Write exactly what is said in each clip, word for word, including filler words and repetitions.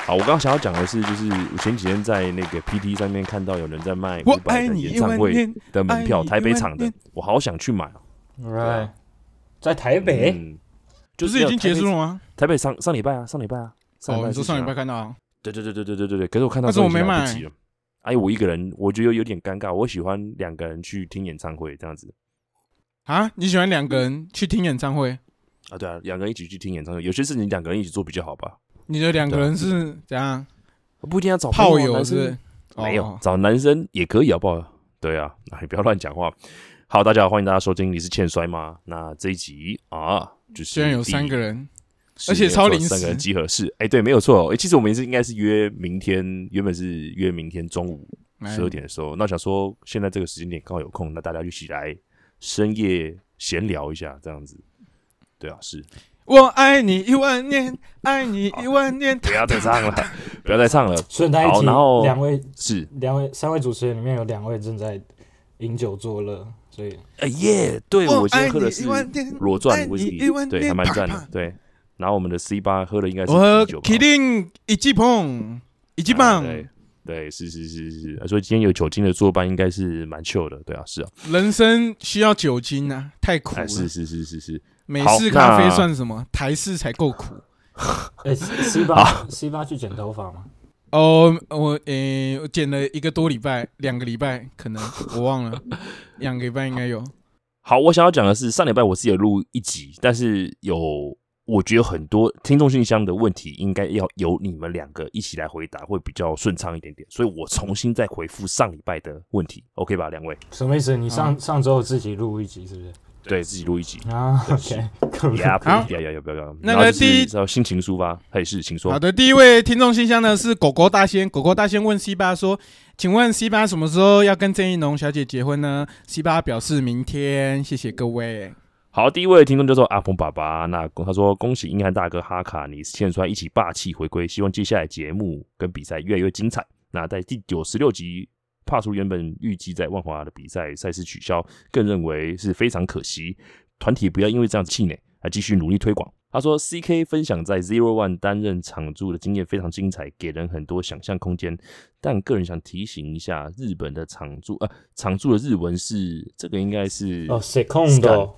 好，我刚刚想要讲的是，就是我前几天在那个 P T 上面看到有人在卖伍佰的演唱会的门票，台北场的，我好想去买哦。 Right， 在台北， 嗯， 就是、不是已经结束了吗？ 台北上上礼拜啊，上礼拜啊，上礼拜、啊、 哦，你说上礼拜看到啊？ 对对对对对对对对，可是我看到， 但是我没买。 哎，我一个人，我觉得有点尴尬。我喜欢两个人去听演唱会这样子。 啊，你喜欢两个人去听演唱会？ 啊，对啊，两个人一起去听演唱会，有些事情两个人一起做比较好吧。 你的两个人是怎样？ 不一定要找炮友是不是？ 没有、哦，找男生也可以好不好？对啊，你不要乱讲话。好，大家好，欢迎大家收听。你是欠摔吗？那这一集啊，就是虽然有三个人，而且超临时， 三个人集合式。哎，对，没有错、哦。哎，其实我们是应该是约明天，原本是约明天中午十二点的时候。那想说现在这个时间点刚好有空，那大家一起来深夜闲聊一下，这样子。对啊，是。 我爱你一万年，爱你一万年。 不要再唱了，不要再唱了。 顺带一提， 然后两位是两位三位主持人里面有两位正在饮酒作乐，所以哎耶，对我今天喝的是裸钻威士忌，对，还蛮赞的。对，然后我们的 C 八喝的应该是我喝啤酒吧。 麒麟一级碰一级棒， 对对，是是是是，所以今天有酒精的作伴应该是蛮 chill 的，对啊，是啊。 人生需要酒精啊，太苦了。 是是是是是。 美式咖啡算什么？台式才够苦。 哎、欸、，C 八 C 八去剪头发吗？ 哦，我诶、欸，我剪了一个多礼拜，两个礼拜可能我忘了，两个礼拜应该有。 好，我想要讲的是，上礼拜我是有录一集，但是有我觉得很多听众信箱的问题，应该要由你们两个一起来回答，会比较顺畅一点点。所以我重新再回复上礼拜的问题 ，OK 吧？两位？ 什么意思？你上、啊、上周自己录一集是不是？ 对自己录一集啊 ，OK， 呀，不要要要不要？ 那个第一心情抒发，还是请说。 好的，第一位听众信箱呢是狗狗大仙，狗狗大仙问 C 八说：“请问 C 八什么时候要跟郑宜农小姐结婚呢 ？”C 八表示明天，谢谢各位。 好，第一位听众叫做阿鹏爸爸，那他说恭喜硬汉大哥哈卡尼献出来一起霸气回归，希望接下来节目跟比赛越来越精彩。那在第九十六集。帕叔原本预计在万华的比赛赛事取消，更认为是非常可惜。团体不要因为这样气馁，还继续努力推广。他说 ：“C K 分享在 Zero One 担任场助的经验非常精彩，给人很多想象空间。但个人想提醒一下，日本的场助，呃，场助的日文是这个应该是哦 ，secondo。”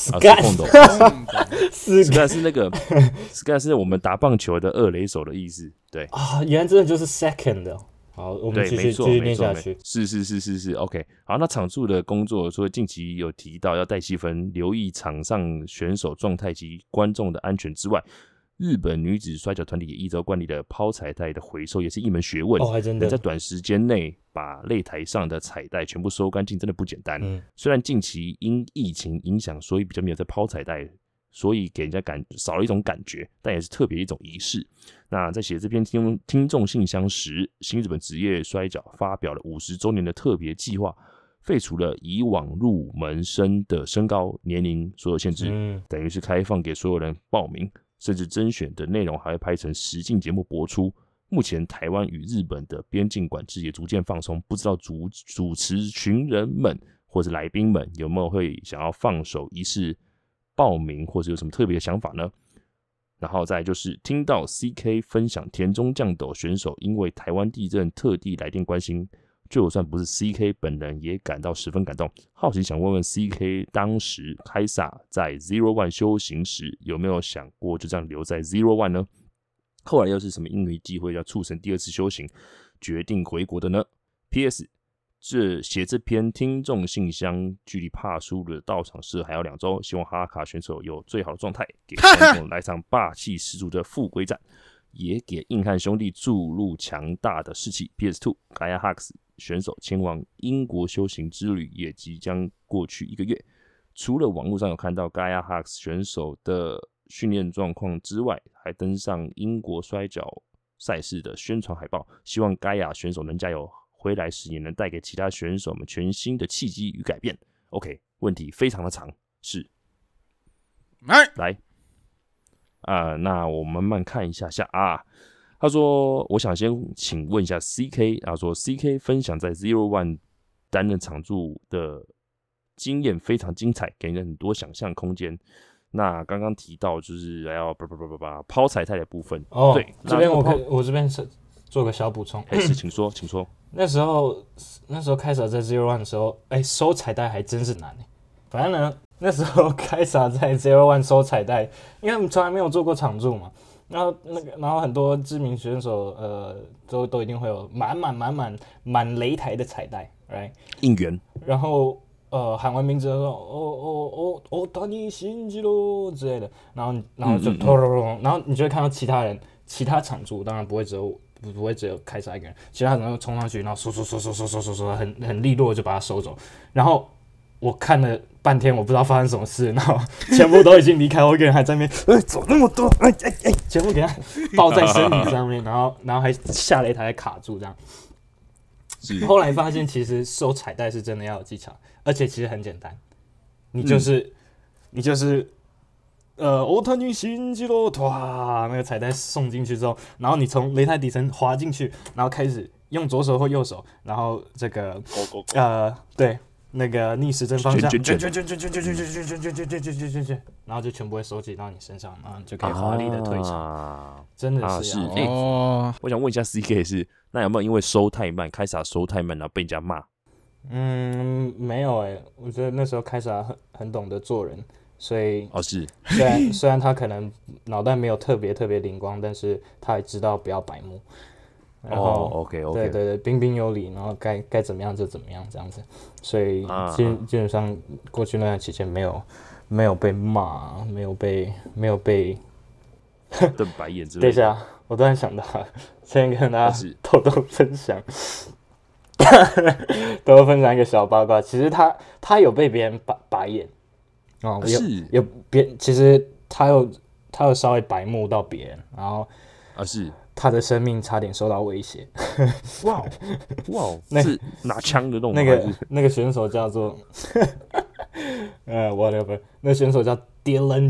Scan 是那个 Scan 是我们打棒球的二垒手的意思，对啊，原来真的就是 second 的。好，我们继续继续念下去。 是是是是是 ，OK。好，那场助的工作，除了近期有提到要带气氛、留意场上选手状态及观众的安全之外，日本女子摔跤团体也依照惯例的抛彩带的回收也是一门学问。 哦，还真的。 在短时间内把擂台上的彩带全部收干净，真的不简单。 嗯， 虽然近期因疫情影响，所以比较没有在抛彩带。所以给人家感少了一种感觉，但也是特别一种仪式。那在写这篇听听众信箱时，新日本职业摔角发表了五十周年的特别计划，废除了以往入门生的身高、年龄所有限制， 嗯、 等于是开放给所有人报名，甚至甄选的内容还会拍成实境节目播出。目前台湾与日本的边境管制也逐渐放松，不知道主主持群人们或是来宾们有没有会想要放手一试？报名或是有什么特别的想法呢？然后再来就是听到 C K 分享田中将斗选手因为台湾地震特地来电关心，就算不是 C K 本人也感到十分感动。好奇想问问 C K 当时凯撒在 Zero One 修行时有没有想过就这样留在 Zero One 呢？后来又是什么因缘机会要促成第二次修行，决定回国的呢 ？P S这写这篇听众信箱，距离帕叔的到场时还有两周，希望哈卡选手有最好的状态，给观众来场霸气十足的复归战，也给硬汉兄弟注入强大的士气。P S 二 Gaia Hux 选手前往英国修行之旅也即将过去一个月，除了网络上有看到 Gaia Hux 选手的训练状况之外，还登上英国摔跤赛事的宣传海报，希望 Gaia 选手能加油。回来时也能带给其他选手们全新的契机与改变。OK， 问题非常的长，是， 来来啊、呃，那我们慢慢看一下下啊。他说：“我想先请问一下 C K， 他说 C K 分享在 Zero One 担任场助的经验非常精彩，给人很多想象空间。 那刚刚提到就是要叭叭叭叭叭抛彩带的部分哦， 对， 这边我可可以我这边是做个小补充。 还是请说，请说。 那时候那时候开撒在 Zero One 的时候，哎、欸，收彩带还真是难哎。反正呢，那时候开撒在 Zero One 收彩带，因为他们从来没有做过场助嘛。然后那个，然后很多知名选手，呃，都都一定会有满满满满满擂台的彩带 ，right？ 应援。 然后呃喊完名字的时候，哦哦哦哦，大谷翔平咯之类的，然后然后就咚咚咚，然后你就会看到其他人，其他场助当然不会只有不不会只有开撒一个人，其他人都冲上去，然后收收收收收收收收，很很利落就把他收走，然后。我看了半天，我不知道发生什么事，然后全部都已经离开，我一个人还在那边，哎，走那么多，哎哎哎，全部给他抱在身体上面，然后然后还下擂台还卡住这样。后来发现，其实收彩带是真的要有技巧，而且其实很简单，你就是、嗯、你就是呃，大谷翔平咯，哇，那个彩带送进去之后，然后你从擂台底层滑进去，然后开始用左手或右手，然后这个呃，对。那个逆时针方向，卷卷卷卷卷卷卷卷卷卷卷卷卷卷卷卷，然后就全部会收集到你身上，然后你就可以华丽的退场。真的是哦。我想问一下 C K 是，那有没有因为收太慢，开撒收太慢，然后被人家骂？ 嗯，没有哎，我觉得那时候开撒很很懂得做人，所以哦是， 虽然虽然他可能脑袋没有特别特别灵光，但是他也知道不要白目。然后、 哦、，OK OK， 对对对，彬彬有礼，然后该该怎么样就怎么样这样子，所以基、啊、基本上过去那段期间没有没有被骂，没有被没有被瞪白眼之类的。 等一下，我突然想到，先跟大家偷偷分享，偷偷分享一个小八卦。其实他他有被别人白白眼哦，有有别，其实他有他有稍微白目到别人，然后啊是。 他的生命差点受到威胁。 哇哇，那是拿枪的那种。 那个那个选手叫做，呃 ，whatever， 那选手叫 Dylan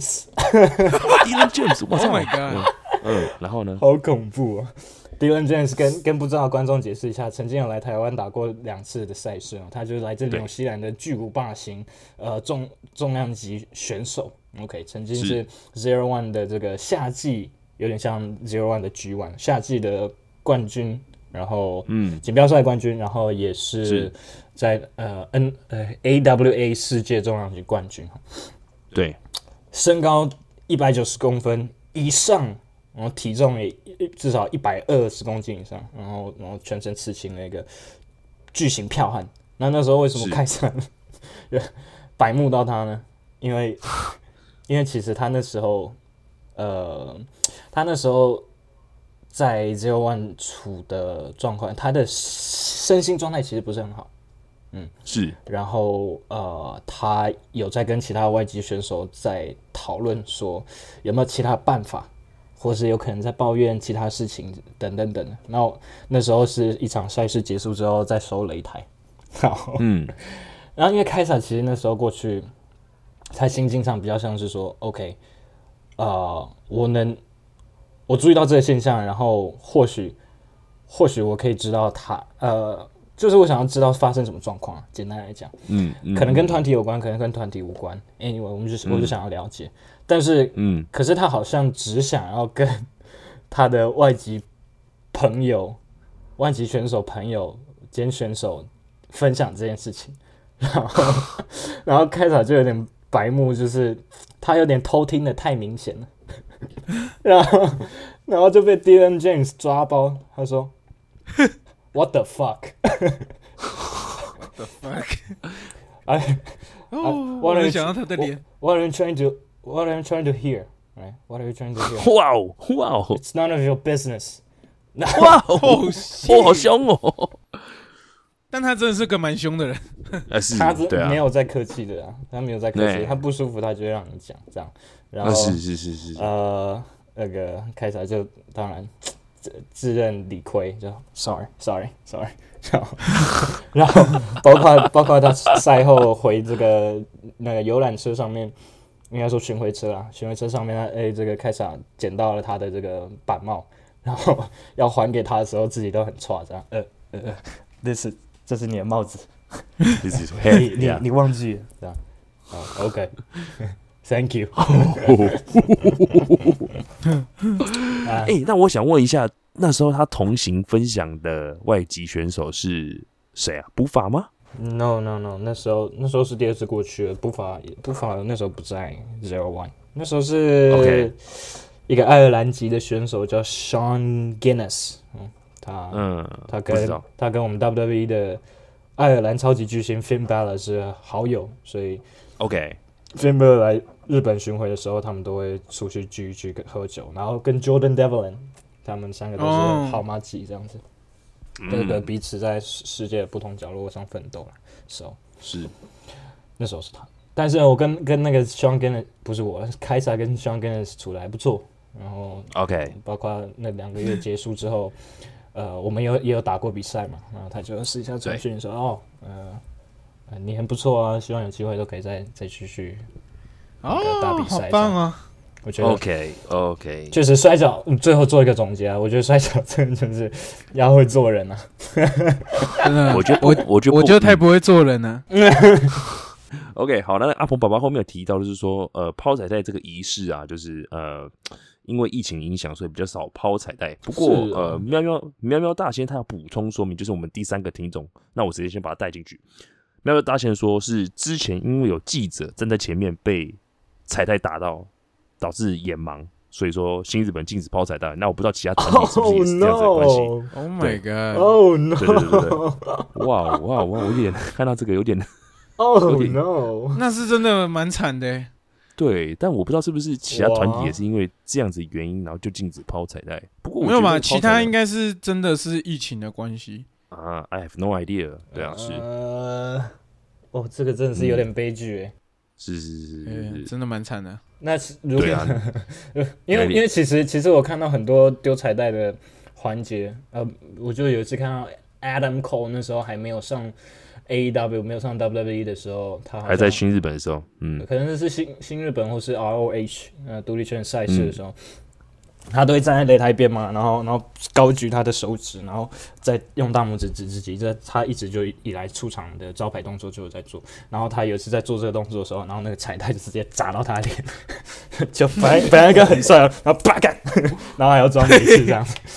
James。Dylan James， Oh my god！ 嗯，然后呢？ 好恐怖啊 ！Dylan James 跟跟不知道的观众解释一下，曾经有来台湾打过两次的赛事哦，他就是来自纽西兰的巨无霸型呃重重量级选手。OK， 曾经是 Zero One 的这个夏季。有点像 Zero One 的 G One 夏季的冠军，然后嗯锦标赛冠军，然后也是在是呃 N 呃 A W A 世界重量级冠军。 对， 身高一百九十公分以上，然后体重也至少一百二十公斤以上，然后然后全身刺青的一个巨型剽悍。那那时候为什么开场白目到他呢？因为因为其实他那时候。呃，他那时候在 Zero One 处的状况，他的身心状态其实不是很好，嗯， 是。 然后呃，他有在跟其他外籍选手在讨论说有没有其他办法，或是有可能在抱怨其他事情等等等。然后那时候是一场赛事结束之后再收擂台，然后嗯，然后因为开赛其实那时候过去，他心境上比较像是说 ，OK。呃，我能，我注意到这个现象，然后或许，或许我可以知道他，呃，就是我想要知道发生什么状况。简单来讲，嗯，嗯可能跟团体有关，可能跟团体无关。Anyway， 我们就、嗯、我就想要了解，但是，嗯，可是他好像只想要跟他的外籍朋友、外籍选手朋友兼选手分享这件事情，然后，然后开场就有点白目，就是他有点偷听的太明显了，然后然后就被 Dylan James 抓包，他说 What the fuck What the fuck I, 哦，我能想到他的脸。 What are you trying to What are you trying to hear? Right? What are you trying to hear? 哇哦哇哦 It's none of your business. 哇哦哦好凶哦， 但他真的是个蛮凶的人。 他没有在客气的啊，他没有在客气，他不舒服他就会让你讲这样，然后是是是是呃那个开始就当然自自认理亏，就 sorry sorry sorry， 然后然后包括包括他赛后回这个那个游览车上面，应该说巡回车啊，巡回车上面他哎这个开场捡到了他的这个板帽，然后要还给他的时候自己都很挫这样，呃呃呃，这是这是你的帽子。你你你忘记了这样，好 ，OK， Thank you 哎、欸，那我想问一下，那时候他同行分享的外籍选手是谁啊？补法吗 ？No No No， 那时候那时候是第二次过去了，布法布法那时候不在 Zero One， 那时候是 OK 一个爱尔兰籍的选手叫 Sean Guinness， 嗯，他嗯， 他跟他跟我们 W W E 的爱尔兰超级巨星 Finn Balor 是好友，所以 OK Finn Balor 来日本巡回的时候，他们都会出去聚一聚喝酒，然后跟 Jordan Devlin 他们三个都是好妈鸡这样子，对、哦、对，彼此在世界的不同角落上奋斗了。So 是那时候是他，但是我跟跟那个 Sean Guinness 不是我，凯撒跟 Sean Guinness 处得还不错，然后 OK， 包括那两个月结束之后，呃，我们有也有打过比赛嘛，然后他就私下传讯说，哦，呃。呃、你很不错啊，希望有机会都可以再再继续哦， 打比赛， 好棒啊！ 我觉得 OK OK， 确实摔跤、嗯，最后做一个总结啊，我觉得摔跤真的就是要会做人啊。 真的， 我觉得我我觉得我觉得太不会做人了。 OK， 好，那阿鹏爸爸后面有提到，就是说，呃，抛彩带这个仪式啊，就是呃，因为疫情影响，所以比较少抛彩带。不过，啊、呃，喵喵喵喵大仙他要补充说明，就是我们第三个听众，那我直接先把他带进去。喵喵大仙说是之前因为有记者站在前面被彩带打到，导致眼盲，所以说新日本禁止抛彩带。那我不知道其他团体是不是也是这样子的关系。 Oh, no. Oh my god! Oh no! 对对对对对，哇哇哇！我有点看到这个有点。 Oh no！ 那是真的蛮惨的、欸。 对，但我不知道是不是其他团体也是因为这样子原因，然后就禁止抛彩带。不过我没有嘛，其他应该是真的是疫情的关系啊。I have no idea。对啊，是。 呃，哦，这个真的是有点悲剧哎、嗯。 是是是是、 欸，真的蛮惨的。 那如果、 啊、 因为因为其实其实我看到很多丢彩带的环节，呃，我就有一次看到 Adam Cole 那时候还没有上。A E W 没有上 W W E 的时候，他还在新日本的时候，嗯， 可能是新新日本或是 R O H 呃独立圈赛事的时候、嗯，他都会站在擂台边嘛，然后然后高举他的手指，然后再用大拇指指自己，这他一直就以来出场的招牌动作就有在做。然后他有一次在做这个动作的时候，然后那个彩带就直接砸到他脸，就本来本来一个很帅，然后啪干，然后还要装没事这样子。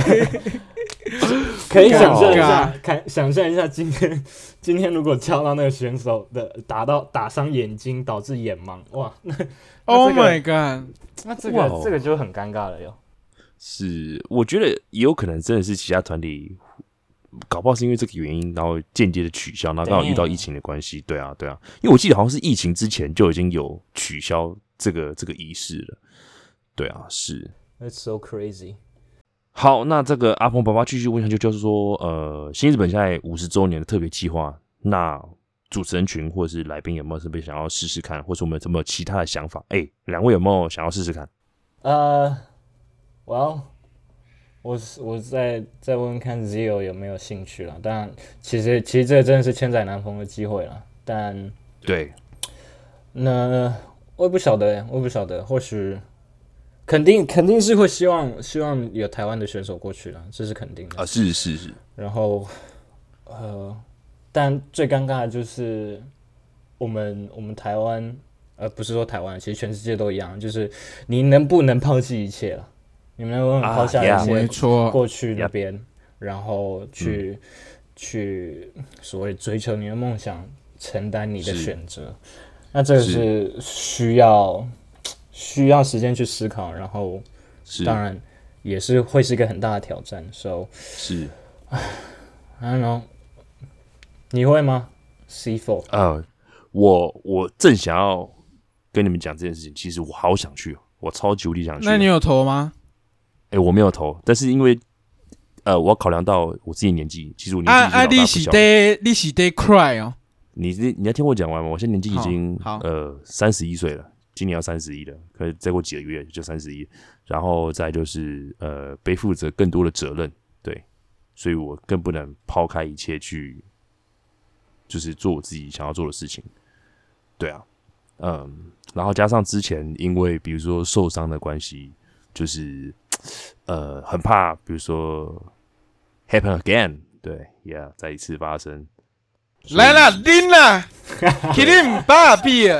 可以想象一下，看想象一下，今天今天如果敲到那个选手的打到打伤眼睛，导致眼盲，哇！那那、 Oh my god！ 那这个这个就很尴尬了哟。 是，我觉得也有可能真的是其他团体，搞不好是因为这个原因，然后间接的取消，然后刚好遇到疫情的关系。对啊，对啊，因为我记得好像是疫情之前就已经有取消这个这个仪式了。对啊，是。 That's so crazy。 好，那这个阿鹏爸爸继续问下去，就是说，呃，新日本现在五十周年的特别企划，那主持人群或者是来宾有没有特别想要试试看，或者我们有没有其他的想法？哎、欸，两位有没有想要试试看？ 呃，well，我我再再问问看 Zio 有没有兴趣了。当然，其实其实这真的是千载难逢的机会了。但对， 那我也不晓得，我也不晓得，或许。肯定肯定是会希望希望有台湾的选手过去了，这是肯定的啊，是是是。 然后，呃，但最尴尬的就是我们我们台湾，呃，不是说台湾，其实全世界都一样，就是你能不能抛弃一切了？你们能不能抛下一些过去那边，啊 yeah. 然后去、嗯、去所谓追求你的梦想，承担你的选择？那这个是需要。需要时间去思考，然后当然也是会是一个很大的挑战。So 是 ，I don't know， 你会吗 ？C 四呃，我我正想要跟你们讲这件事情，其实我好想去，我超级无敌想去。 那你有投吗？ 哎、欸，我没有投，但是因为呃，我要考量到我自己年纪，其实我年纪已经老大不小了。啊， 你是得你是得 cry 哦。 你你要听我讲完吗？我现在年纪已经呃三十一岁了。今年要三十一了，可是再过几个月就三十一，然后再就是呃背负着更多的责任，对，所以我更不能抛开一切去，就是做我自己想要做的事情，对啊，嗯，然后加上之前因为比如说受伤的关系，就是呃很怕，比如说 happen again， 对 ，yeah， 再一次发生， 来啦，拎啦，肯定爸比啊。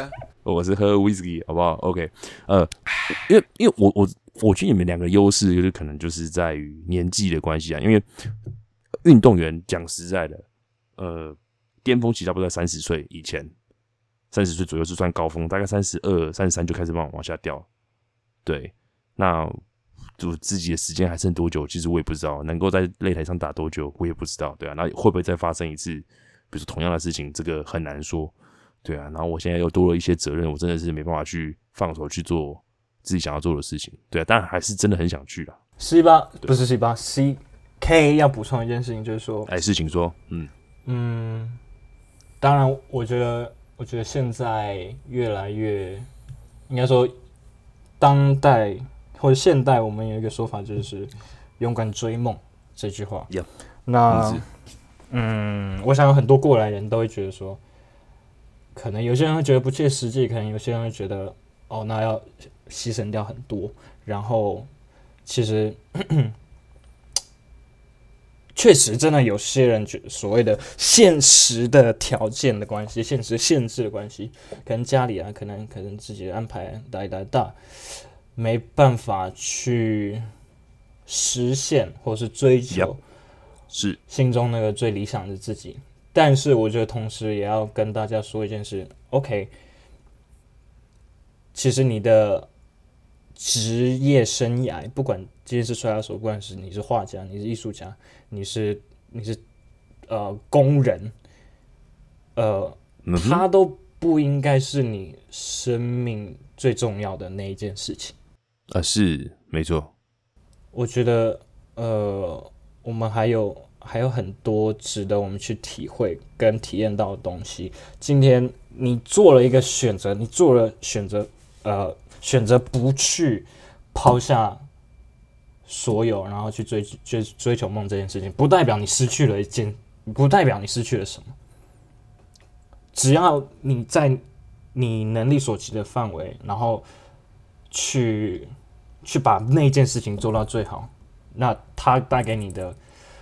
我是喝 whisky， 好不好 ？OK， 呃，因为因为我我我觉得你们两个优势就是可能就是在于年纪的关系啊，因为运动员讲实在的，呃，巅峰期差不多在三十岁以前，三十岁左右是算高峰，大概三十二、三十三就开始慢慢往下掉。对，那我自己的时间还剩多久，其实我也不知道，能够在擂台上打多久，我也不知道。对啊，那会不会再发生一次，比如说同样的事情，这个很难说。对啊，然后我现在又多了一些责任，我真的是没办法去放手去做自己想要做的事情。对啊，当然还是真的很想去啦。 C 八不是 C 八 C K 要补充一件事情，就是说， 哎，事情说，嗯嗯，当然，我觉得，我觉得现在越来越，应该说，当代或者现代，我们有一个说法就是勇敢追梦这句话。 Yep, 那，嗯，我想有很多过来人都会觉得说。可能有些人会觉得不切实际，可能有些人会觉得哦，那要牺牲掉很多。然后，其实确实真的有些人觉得所谓的现实的条件的关系、现实限制的关系，可能家里啊，可能可能自己的安排大大大，没办法去实现或是追求， 是心中那个最理想的自己。但是我觉得同时也要跟大家说一件事 ，OK， 其实你的职业生涯，不管今天是摔跤手，不管是你是画家，你是艺术家，你是你是呃工人，呃，嗯、它都不应该是你生命最重要的那一件事情。 啊，是没错。 我觉得呃，我们还有。还有很多值得我们去体会跟体验到的东西。今天你做了一个选择，你做了选择，呃，选择不去抛下所有，然后去追追追求梦这件事情，不代表你失去了一件，不代表你失去了什么。只要你在你能力所及的范围，然后去去把那件事情做到最好，那它带给你的。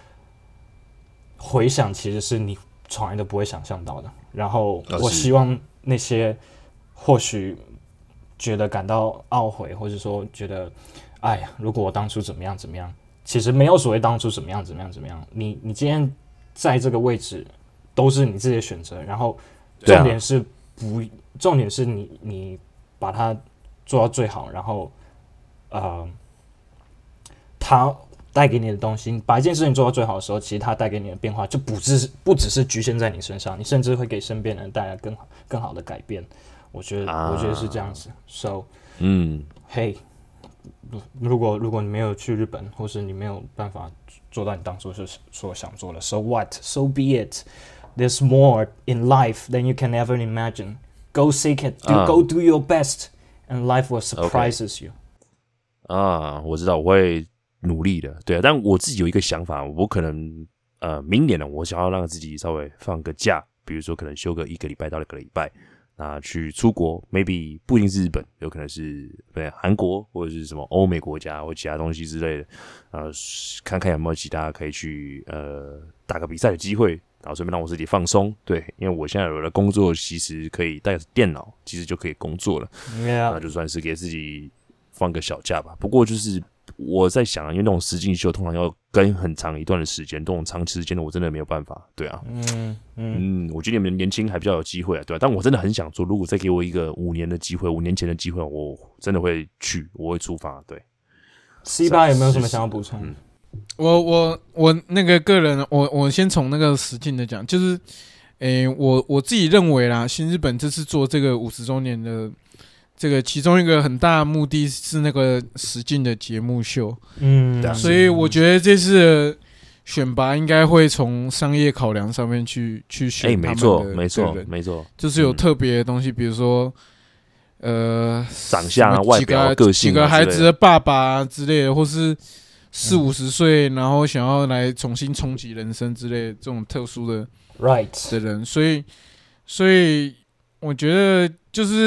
回想其实是你从来都不会想象到的。然后我希望那些或许觉得感到懊悔，或者说觉得哎呀，如果我当初怎么样怎么样，其实没有所谓当初怎么样怎么样怎么样。你你今天在这个位置都是你自己的选择，然后重点是不，重点是你你把它做到最好，然后呃，它。带给你的东西，把一件事情做到最好的时候，其实它带给你的变化就不只是不只是局限在你身上，你甚至会给身边人带来更好更好的改变。我觉得，啊、我觉得是这样子。So， 嗯，嘿，如果如果你没有去日本，或是你没有办法做到你当初所想做的 ，So what? So be it. There's more in life than you can ever imagine. Go seek it. Do, 啊、go do your best, and life will surprises okay. you. 啊，我知道，我会。努力的，对啊，但我自己有一个想法，我可能呃，明年呢，我想要让自己稍微放个假，比如说可能休个一个礼拜到两个礼拜，那去出国 ，maybe 不一定是日本，有可能是对韩国或者是什么欧美国家或其他东西之类的，呃，看看有没有其他可以去呃打个比赛的机会，然后顺便让我自己放松，对，因为我现在有的工作其实可以带着电脑，其实就可以工作了， yeah. 那就算是给自己放个小假吧。不过就是。我在想，因为那种实境秀通常要跟很长一段的时间，这种长时间的我真的没有办法，对啊，嗯 嗯, 嗯，我觉得你们年轻还比较有机会啊，对啊，但我真的很想做，如果再给我一个五年的机会，五年前的机会，我真的会去，我会出发，对。 C 八有没有什么想要补充？ 嗯、我我我那个个人，我我先从那个实境的讲，就是，诶、欸，我我自己认为啦，新日本这次做这个五十周年的。这个其中一个很大的目的是那个实境的节目秀，嗯，所以我觉得这次的选拔应该会从商业考量上面去去选他们的，没错，没错，没错， 就是有特别的东西，嗯、比如说呃长相啊、外表、个性、啊、 几个孩子的爸爸、啊、之类的，或是四五十岁然后想要来重新重启人生之类的这种特殊的 right 的人，所以所以我觉得就是。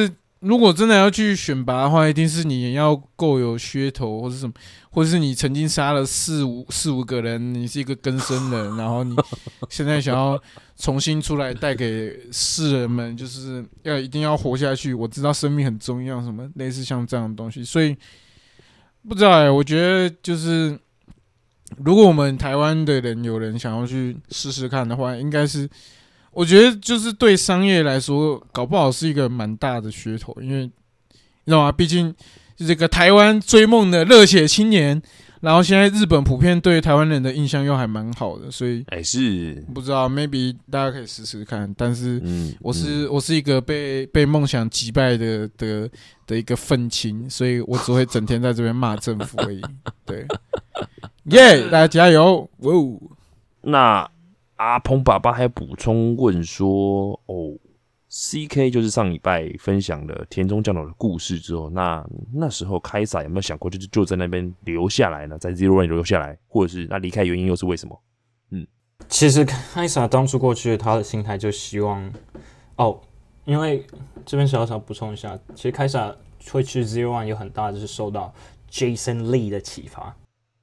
如果真的要去选拔的话，一定是你要够有噱头，或是什么，或是你曾经杀了四五四五个人，你是一个更生人，然后你现在想要重新出来带给世人们，就是要一定要活下去。我知道生命很重要，什么类似像这样的东西，所以不知道哎、欸，我觉得就是。如果我们台湾的人有人想要去试试看的话，应该是我觉得就是对商业来说，搞不好是一个蛮大的噱头，因为你知道吗？毕竟这个台湾追梦的热血青年，然后现在日本普遍对台湾人的印象又还蛮好的，所以哎、欸、是不知道 maybe 大家可以试试看。但是我是、 嗯嗯、 我是一个被被梦想击败的的的一个愤青，所以我只会整天在这边骂政府而已。对。耶、yeah, 大家加油！哇哦， 那阿鹏爸爸还补充问说：“哦 ，C K 就是上礼拜分享了田中将斗的故事之后，那那时候凯撒有没有想过，就是就在那边留下来呢？在 Zero One 留下来，或者是那离开原因又是为什么？”嗯， 其实凯撒当初过去，他的心态就希望哦，因为这边小小补充一下，其实凯撒会去 Zero One 有很大的是受到 Jason Lee 的启发。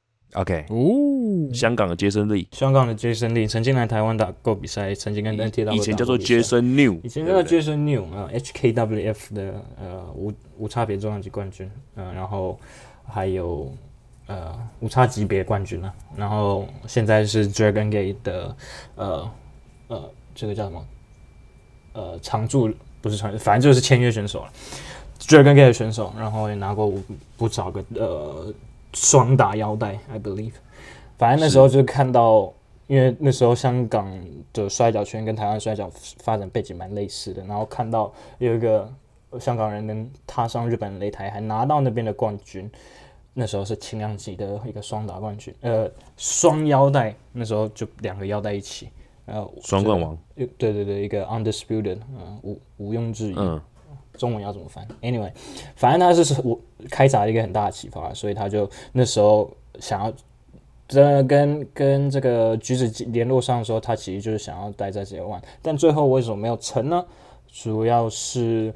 OK， 哦， 香港的杰森利， 香港的 Jason Lee 曾经来台湾打过比赛，曾经跟 N T W 以前叫做 Jason New， 以前叫做 Jason New 啊、呃、，H K W F 的呃无无差别重量级冠军，呃，然后还有呃无差级别冠军啊，然后现在是 Dragon Gate 的呃呃这个叫什么呃常驻不是常，反正就是签约选手了 ，Dragon Gate 的选手，然后也拿过不少个呃。双打腰带 ，I believe。反正那时候就看到，因为那时候香港的摔跤圈跟台湾摔跤发展背景蛮类似的，然后看到有一个香港人能踏上日本擂台，还拿到那边的冠军。那时候是轻量级的一个双打冠军，呃，双腰带，那时候就两个腰带一起，呃， 双冠王。 对对对，一个 undisputed， 嗯，无无庸置疑。嗯。中文要怎么翻 ？Anyway， 反正他是我开闸一个很大的启发，所以他就那时候想要，这跟跟这个橘子联络上的时候，他其实就是想要待在 Zero One， 但最后为什么没有成呢？主要是，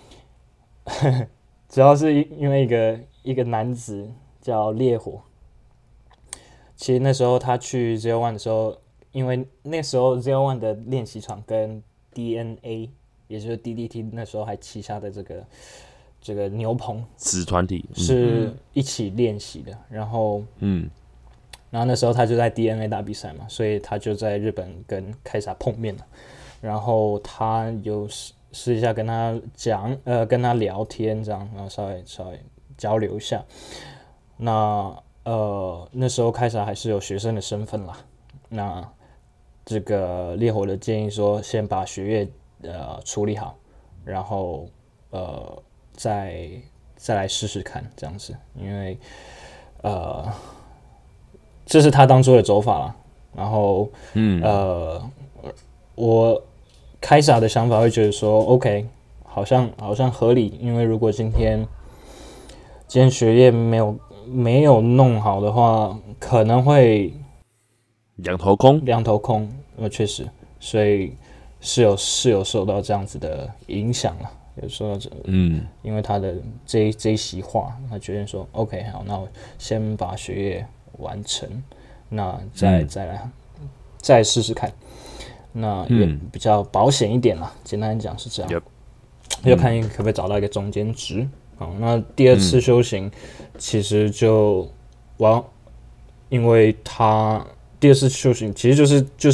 主要是因为一个一个男子叫烈火。其实那时候他去 Zero One 的时候，因为那时候 Zero One 的练习场跟 D N A。也就是 D D T 那时候还旗下的这个这个牛棚子团体是一起练习的，然后嗯， 然后那时候他就在 D N A 打比赛嘛，所以他就在日本跟凯撒碰面了，然后他有私底下跟他讲，呃，跟他聊天这样，然后稍微稍微交流一下。那呃那时候凯撒还是有学生的身份啦，那这个烈火的建议说，先把学业。呃，处理好，然后呃，再再来试试看这样子，因为呃，这是他当初的走法啦。然后，嗯，呃，我凯撒的想法会觉得说 ，OK， 好像好像合理，因为如果今天今天学业没有没有弄好的话，可能会两头空， 两头空，呃，确实，所以。是有是有受到这样子的影响了，有受到这，嗯，因为他的这这一席话，他决定说 ，OK， 好，那我先把学业完成，那再、嗯、再来再试试看，那也比较保险一点啦。嗯、简单讲是这样， yep, 就看可不可以找到一个中间值。好，那第二次修行、嗯、其实就完，因为他第二次修行其实就是就是。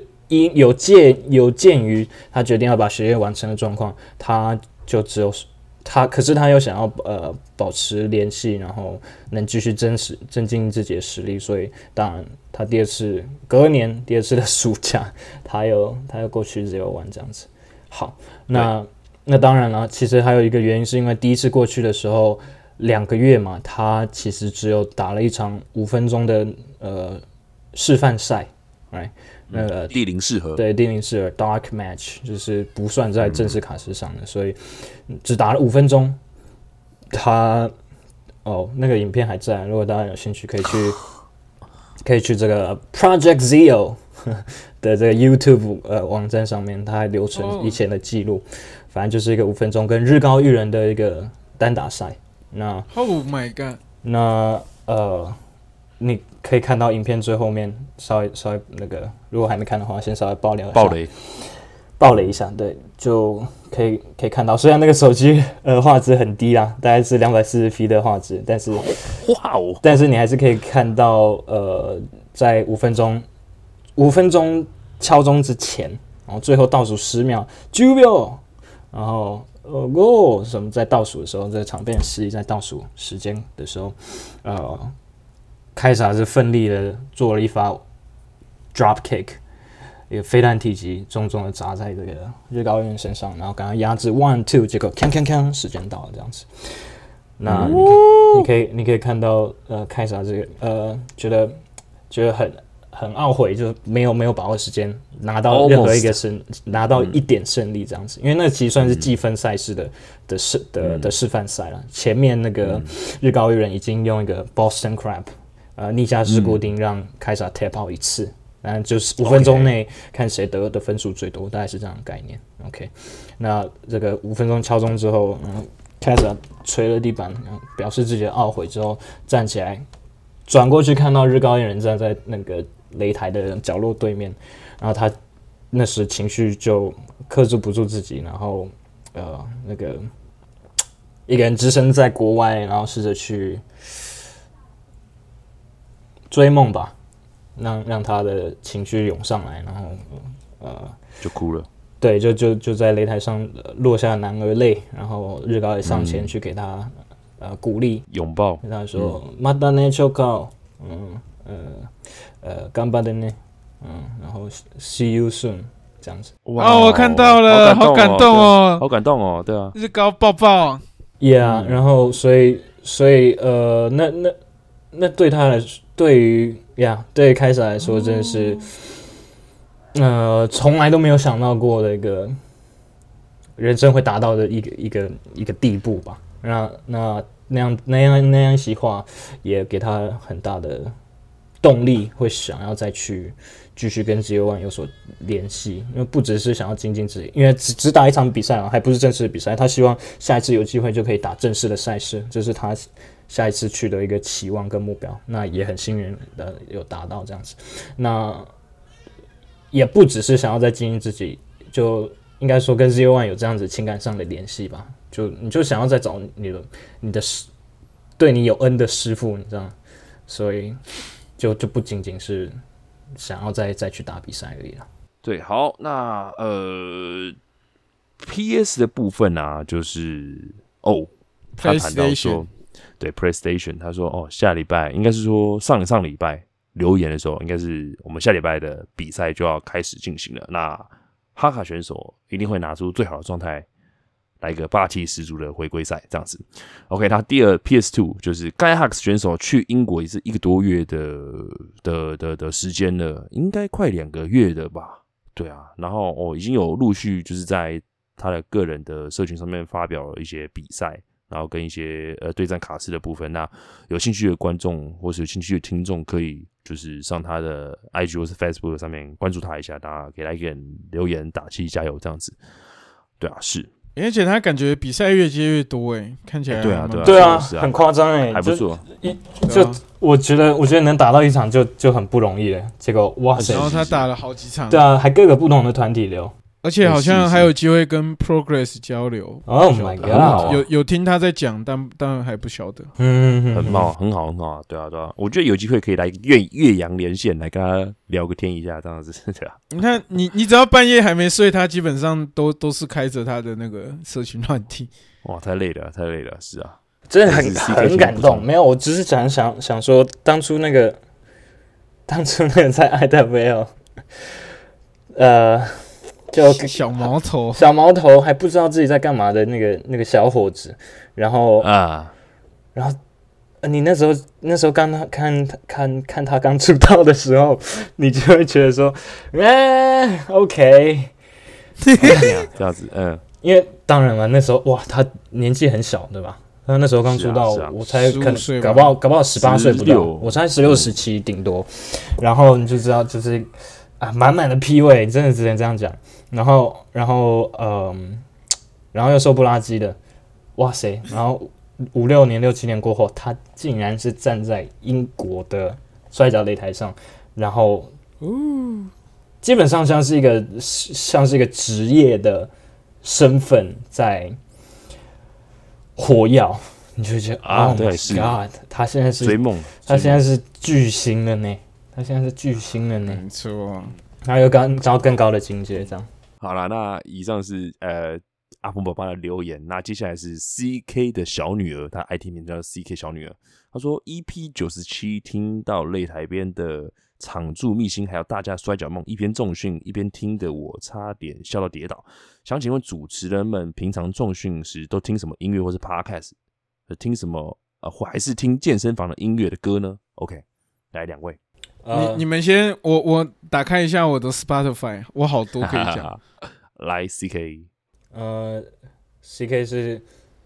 因有鉴有鉴于他决定要把学业完成的状况，他就只有他，可是他又想要呃保持联系，然后能继续增实增进自己的实力，所以当然他第二次隔年第二次的暑假，他又他又过去 Zero One 这样子。好，那那当然了，其实还有一个原因是因为第一次过去的时候两个月嘛，他其实只有打了一场五分钟的呃示范赛 ，right。那个第零适合， 对，第零适合 dark match 就是不算在正式卡司上的，嗯、所以只打了五分钟。他哦，那个影片还在，如果大家有兴趣，可以去可以去这个 Project Zeo 的这个 YouTube 呃网站上面，它还留存以前的记录。 反正就是一个五分钟跟日高裕人的一个单打赛。那 Oh my god！ 那呃，你可以看到影片最后面稍微稍微那个，如果还没看的话，先稍微爆料一下。 爆雷， 爆雷一下，对，就可以可以看到，虽然那个手机呃画质很低啦，大概是两百四十 P 的画质，但是哇哦， 但是你还是可以看到呃，在五分钟五分钟敲钟之前，然后最后倒数十秒，九秒，然后。呃，go 什么在倒数的时候，这个场边的司仪在倒数时间的时候，呃，凯撒是奋力的做了一发 drop kick， 一个飞弹体击重重的砸在这个日高裕人身上，然后刚刚压制 one two， 结果锵锵锵，时间到了这样子。那你可以你可以你可以看到，呃，凯撒这个呃，觉得觉得很。很懊悔，就没有没有把握时间拿到任何一个胜，拿到一点胜利这样子，因为那其实算是计分赛事的的示的的示范赛了。前面那个日高裕人已经用一个 Boston Crab， 呃逆下式固定让凯撒 tap out 一次，然后就是五分钟内看谁得的分数最多，大概是这样的概念。OK， 那这个五分钟敲钟之后，嗯，凯撒捶了地板，表示自己的懊悔之后站起来，转过去看到日高裕人站在那个擂台的角落对面，然后他那时情绪就克制不住自己，然后呃那个一个人只身在国外，然后试着去追梦吧，让让他的情绪涌上来，然后呃就哭了。 对，就就就在擂台上落下男儿泪，然后日高也上前去给他、嗯、呃鼓励拥抱， 跟他说またねチョコ，嗯呃。呃，干巴的呢，嗯，然后 see you soon 这样子。 哇，我看到了，好感动哦， 好感动哦，对啊， 日高抱抱 ，Yeah，、嗯、然后所以所以呃，那那那对他来说，对于呀， yeah, 对于凯撒来说，真的是、哦、呃，从来都没有想到过的一个人生会达到的一个一个一个地步吧。那那那样那样那样一席话，也给他很大的动力，会想要再去继续跟 G O one 有所联系，因为不只是想要精进自己，因为 只, 只打一场比赛啊，还不是正式的比赛，他希望下一次有机会就可以打正式的赛事，这是他下一次去的一个期望跟目标。那也很幸运的有达到这样子，那也不只是想要再精进自己，就应该说跟 G O one 有这样子情感上的联系吧，就你就想要再找你的你的对你有恩的师傅，你知道，所以。就就不仅仅是想要再再去打比赛而已了。 对，好，那呃 ，P S 的部分啊，就是哦，他谈到说，对 PlayStation， 他说哦，下礼拜应该是说上上礼拜留言的时候，应该是我们下礼拜的比赛就要开始进行了。那哈卡选手一定会拿出最好的状态。来一个霸气十足的回归赛，这样子。OK， 他第二 P S 二 就是盖哈克选手去英国也是一个多月的的的的时间了，应该快两个月的吧？对啊，然后哦，已经有陆续就是在他的个人的社群上面发表了一些比赛，然后跟一些呃对战卡司的部分。那有兴趣的观众或是有兴趣的听众，可以就是上他的 I G 或是 Facebook 上面关注他一下，大家可以来给人留言打气加油这样子。对啊，是。 而且他感觉比赛越接越多哎，看起来对啊对啊对啊，很夸张哎， 还不错。 就, 就我觉得我觉得能打到一场就就很不容易了，结果哇塞！ 然后他打了好几场， 对啊，还各个不同的团体流， 而且好像还有机会跟 Progress 交流。 Oh my god！ 有有听他在讲，但但还不晓得。 嗯， 很好，很好，很好啊！对啊，对啊，我觉得有机会可以来岳岳阳连线，来跟他聊个天一下，这样子，对啊。 你看，你你只要半夜还没睡，他基本上都都是开着他的那个社群软体。 哇，太累了，太累了，是啊， 真的很很感动。没有，我只是想想想说，当初那个，当初那个在 I W L， 呃。就小毛头， 小毛头还不知道自己在干嘛的那个那个小伙子，然后啊， 然后、呃、你那时候那时候刚看看看他刚出道的时候，你就会觉得说，哎 ，OK， 这样子，嗯， 因为当然了，那时候哇，他年纪很小，对吧？他那时候刚出道，啊啊、我才可能搞不好搞不好十八岁不到，我才十六十七顶多，然后你就知道就是啊，满满的 P 味，真的只能这样讲。然后，然后，嗯， 然后又瘦不拉几的，哇塞！然后五六年、六七年过后，他竟然是站在英国的摔跤擂台上，然后，基本上像是一个像是一个职业的身份在火药，你就觉得啊， Oh 对， my 是 God， 他现在是追梦， 他现在是巨星了呢，他现在是巨星了呢， 没错， 然后又刚到更高的境界，这样。 好了，那以上是呃阿峰爸爸的留言，那接下来是 C K 的小女儿，她 I T 名叫 C K 小女儿，她说 E P 九十七听到擂台边的场助秘辛，还有大家摔跤梦，一边重训一边听的我差点笑到跌倒。想请问主持人们平常重训时都听什么音乐或是 podcast？ 听什么呃，或还是听健身房的音乐的歌呢 ？OK， 来两位， 呃、 你你们先，我我打开一下我的 Spotify， 我好多可以讲。 来 C K， 呃 ，C K 是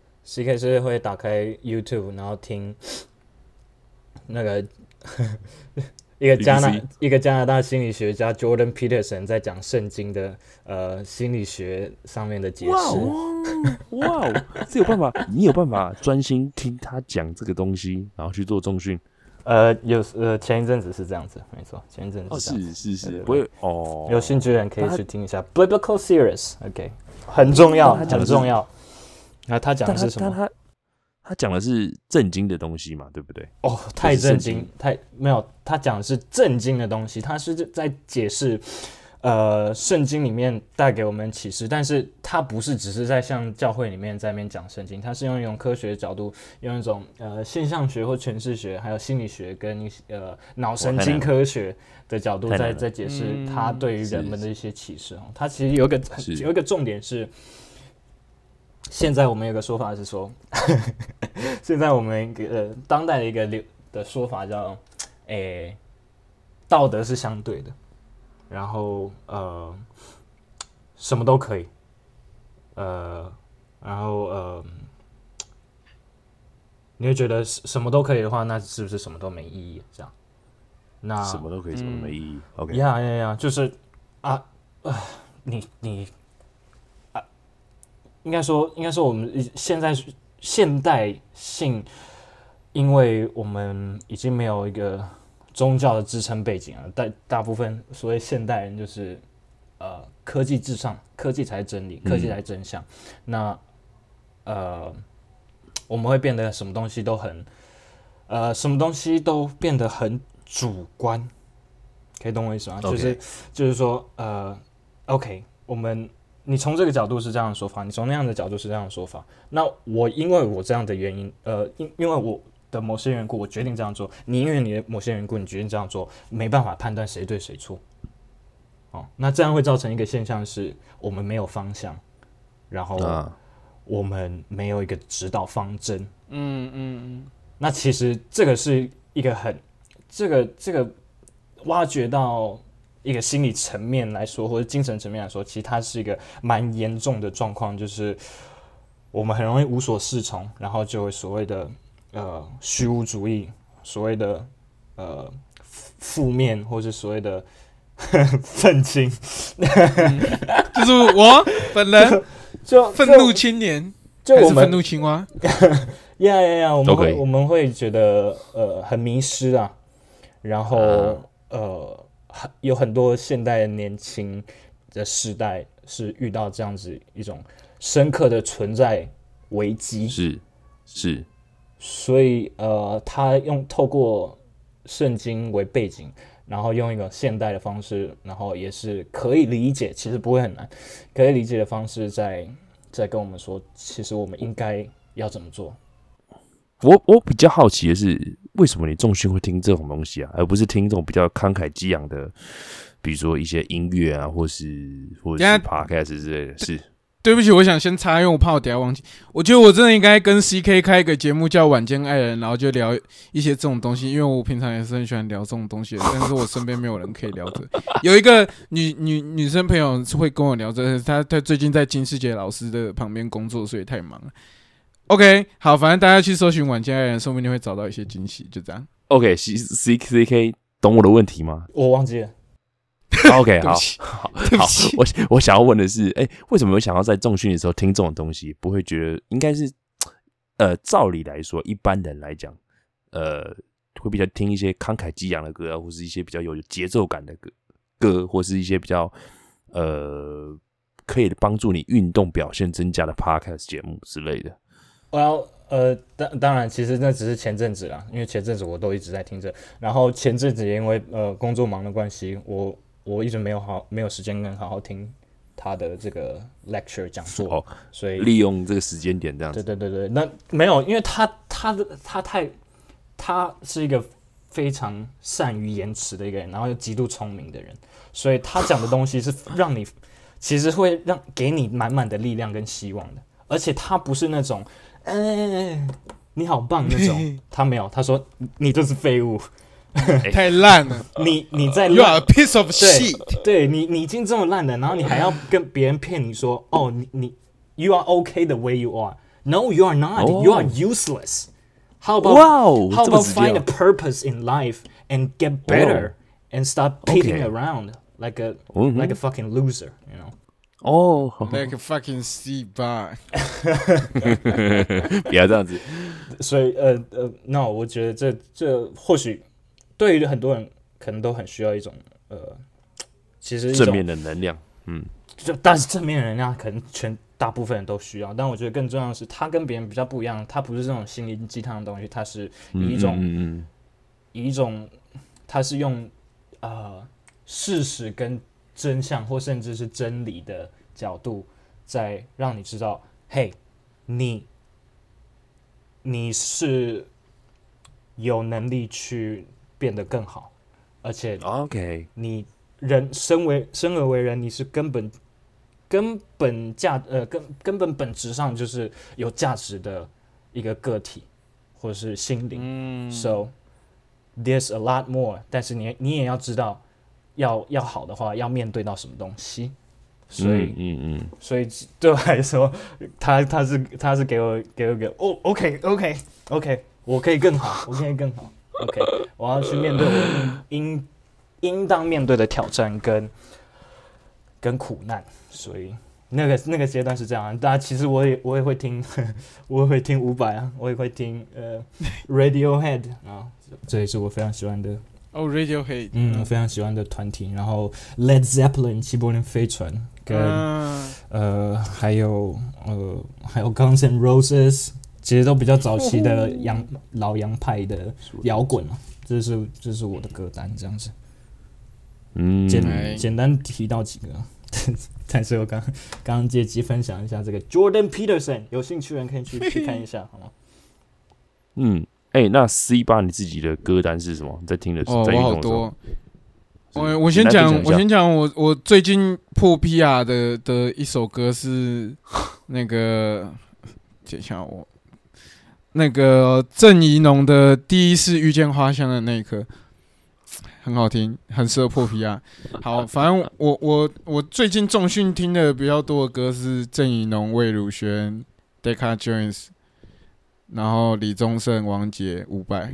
C K 是会打开 YouTube， 然后听那个一个加拿 B B C 一个加拿大心理学家 Jordan Peterson 在讲圣经的呃心理学上面的解释。 哇哦，这有办法？你有办法专心听他讲这个东西，然后去做重训？ 呃，有呃前一阵子是这样子，没错，前一阵子哦， 是这样子。 是是是， 对对对不会哦。 有兴趣的人可以去听一下 Biblical Series，OK，、okay, 很重要，很重要。那他讲的是什么？ 他他他讲的是正经的东西嘛，对不对？ 哦，太震惊，太没有，他讲的是震惊的东西，他是在解释，呃，圣经里面带给我们启示，但是他不是只是在像教会里面在那边讲圣经，他是用一种科学的角度，用一种呃现象学或诠释学，还有心理学跟呃脑神经科学的角度在在解释他对于人们的一些启示。哦，他其实有一个有一个重点是。现在我们有个说法是说，现在我们一个、呃、当代的一个流的说法叫，诶，道德是相对的，然后呃，什么都可以，呃，然后呃，你会觉得什么都可以的话，那是不是什么都没意义？这样，那什么都可以，什么都没意义。OK， 呀呀呀，就是啊，呃，你你。应该说，应该说，我们现在现代性，因为我们已经没有一个宗教的支撑背景了，大大部分所谓现代人就是呃科技至上，科技才是真理，科技才是真相。嗯、那呃，我们会变得什么东西都很呃，什么东西都变得很主观，可以懂我意思吗？ Okay. 就是就是说呃 ，OK， 我们。你从这个角度是这样的说法，你从那样的角度是这样的说法。那我因为我这样的原因，呃，因因为我的某些缘故，我决定这样做。你因为你的某些缘故，你决定这样做，没办法判断谁对谁错。哦，那这样会造成一个现象是，我们没有方向，然后我们没有一个指导方针。 嗯嗯嗯。 那其实这个是一个很，这个这个挖掘到。一个心理层面来说，或者精神层面来说，其实它是一个蛮严重的状况，就是我们很容易无所适从，然后就会所谓的呃虚无主义，所谓的呃负面，或是所谓的愤青、 嗯，就是我本人就愤怒青年， 就我们还是愤怒青蛙， 呀呀呀，我们会我们会觉得呃很迷失啊，然后、嗯、呃。有很多现代年轻的世代是遇到这样子一种深刻的存在危机， 是是， 所以呃，他用透过圣经为背景，然后用一个现代的方式，然后也是可以理解，其实不会很难，可以理解的方式在，在跟我们说，其实我们应该要怎么做。 我我比较好奇的是，为什么你重训会听这种东西啊，而不是听这种比较慷慨激昂的，比如说一些音乐啊，或是或者是 podcast 之类的？是， 对不起，我想先插，因为我怕我等一下忘记。我觉得我真的应该跟 C K 开一个节目叫《晚间爱人》，然后就聊一些这种东西，因为我平常也是很喜欢聊这种东西的，但是我身边没有人可以聊这个。有一个女女女生朋友是会跟我聊这个，她她最近在金世杰老师的旁边工作，所以太忙了。OK， 好，反正大家去搜寻晚间爱人，说不定会找到一些惊喜，就这样。 OK，C C C K 懂我的问题吗？ 我忘记了。 OK， 好，好，好，我我想要问的是，哎、欸，为什么会想要在重训的时候听这种东西？不会觉得应该是，呃，照理来说，一般人来讲，呃，会比较听一些慷慨激昂的歌啊，或是一些比较有节奏感的歌，歌，或是一些比较呃可以帮助你运动表现增加的 podcast 节目之类的。 Well， 呃，当当然，其实那只是前阵子啦，因为前阵子我都一直在听着，然后前阵子也因为呃工作忙的关系，我我一直没有好没有时间跟好好听他的这个 lecture 讲座， 哦， 所以利用这个时间点这样子。 对对对对，那没有，因为他他的他太他是一个非常善于言辞的一个人，然后又极度聪明的人，所以他讲的东西是让你其实会让给你满满的力量跟希望的，而且他不是那种。哎、欸，你好棒那种，他没有，他说你就是废物， 太烂了， 你你在烂 ，You are a piece of shit， 对, 对你你已经这么烂了，然后你还要跟别人骗你说，哦，你你 You are okay the way you are， No you are not，、oh. You are useless。How about wow, How about find a purpose in life and get better、oh. and start pitting、okay. around like a、mm-hmm. like a fucking loser，you know。 哦、oh, like a fucking C bar 不要这样子。 所以呃呃，那我觉得这这或许对于很多人可能都很需要一种呃，其实正面的能量，嗯， 就但是正面的能量可能全大部分人都需要，但我觉得更重要的是，他跟别人比较不一样，他不是这种心灵鸡汤的东西，他是以一种、嗯嗯嗯、以一种，他是用呃事实跟真相或甚至是真理的角度，在让你知道，嘿，你你是有能力去变得更好，而且 OK， 你人身为生而为人，你是根本根本价呃根根本本质上就是有价值的一个个体或是心灵、嗯、，so there's a lot more， 但是你你也要知道。要要好的话，要面对到什么东西，所以，嗯嗯嗯，所以对我来说，他他是他是给我给我给哦 ，OK OK OK， 我可以更好，我可以更好 ，OK， 我要去面对我应应当面对的挑战跟跟苦难，所以那个那个阶段是这样。大家其实我也我也会听，我也会听伍佰啊，我也会听呃 Radiohead 啊，这也是我非常喜欢的。 哦、oh, ，Radiohead， 嗯，我非常喜欢的团体。然后 Led Zeppelin 齐柏林飞船跟、uh, 呃还有呃还有 Guns N' Roses， 其实都比较早期的洋、oh. 老洋派的摇滚啊，这是这是我的歌单这样子。嗯，简简单提到几个，但是我刚刚刚借机分享一下这个 Jordan Peterson， 有兴趣的人可以去去看一下，好吗？ 嗯。哎、欸，那 C 八你自己的歌单是什么？你在听的时候， 哦， 在运动的时候，我好多。我我先讲， 我先讲，我我最近破 P R 的的一首歌是那个，等一下我那个郑宜农的《第一次遇见花香的那一刻》，很好听，很适合破 P R。好，反正我我我最近重训听的比较多的歌是郑宜农、魏如萱、Decca Jones。然后李宗盛、王杰、伍佰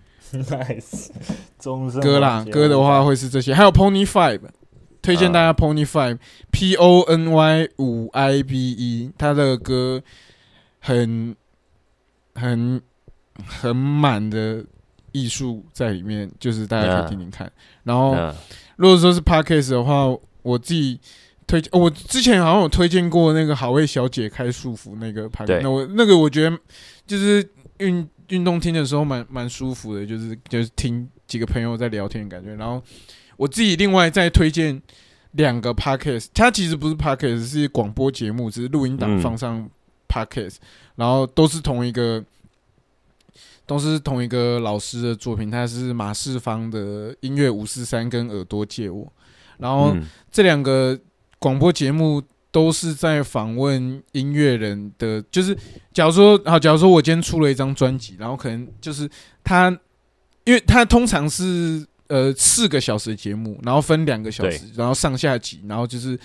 ，nice， 宗盛歌啦，歌的话会是这些，还有 Pony Five， 推荐大家 Pony Five，P O N Y 五 I B E， 他的歌很很很满的艺术在里面，就是大家可以听听看。然后如果说是 Podcast 的话，我自己。推荐我之前好像有推荐过那个好味小姐开束缚那个盘，那我那个我觉得就是运运动听的时候蛮蛮舒服的，就是就是听几个朋友在聊天的感觉。然后我自己另外再推荐两个 podcast， 它其实不是 podcast， 是广播节目，只是录音档放上 podcast，、嗯、然后都是同一个都是同一个老师的作品，他是马世芳的音乐五四三跟耳朵借我，然后这两个。广播节目都是在访问音乐人的，就是假如说，好，假如说我今天出了一张专辑，然后可能就是他，因为他通常是呃四个小时的节目，然后分两个小时，然后上下集，然后就是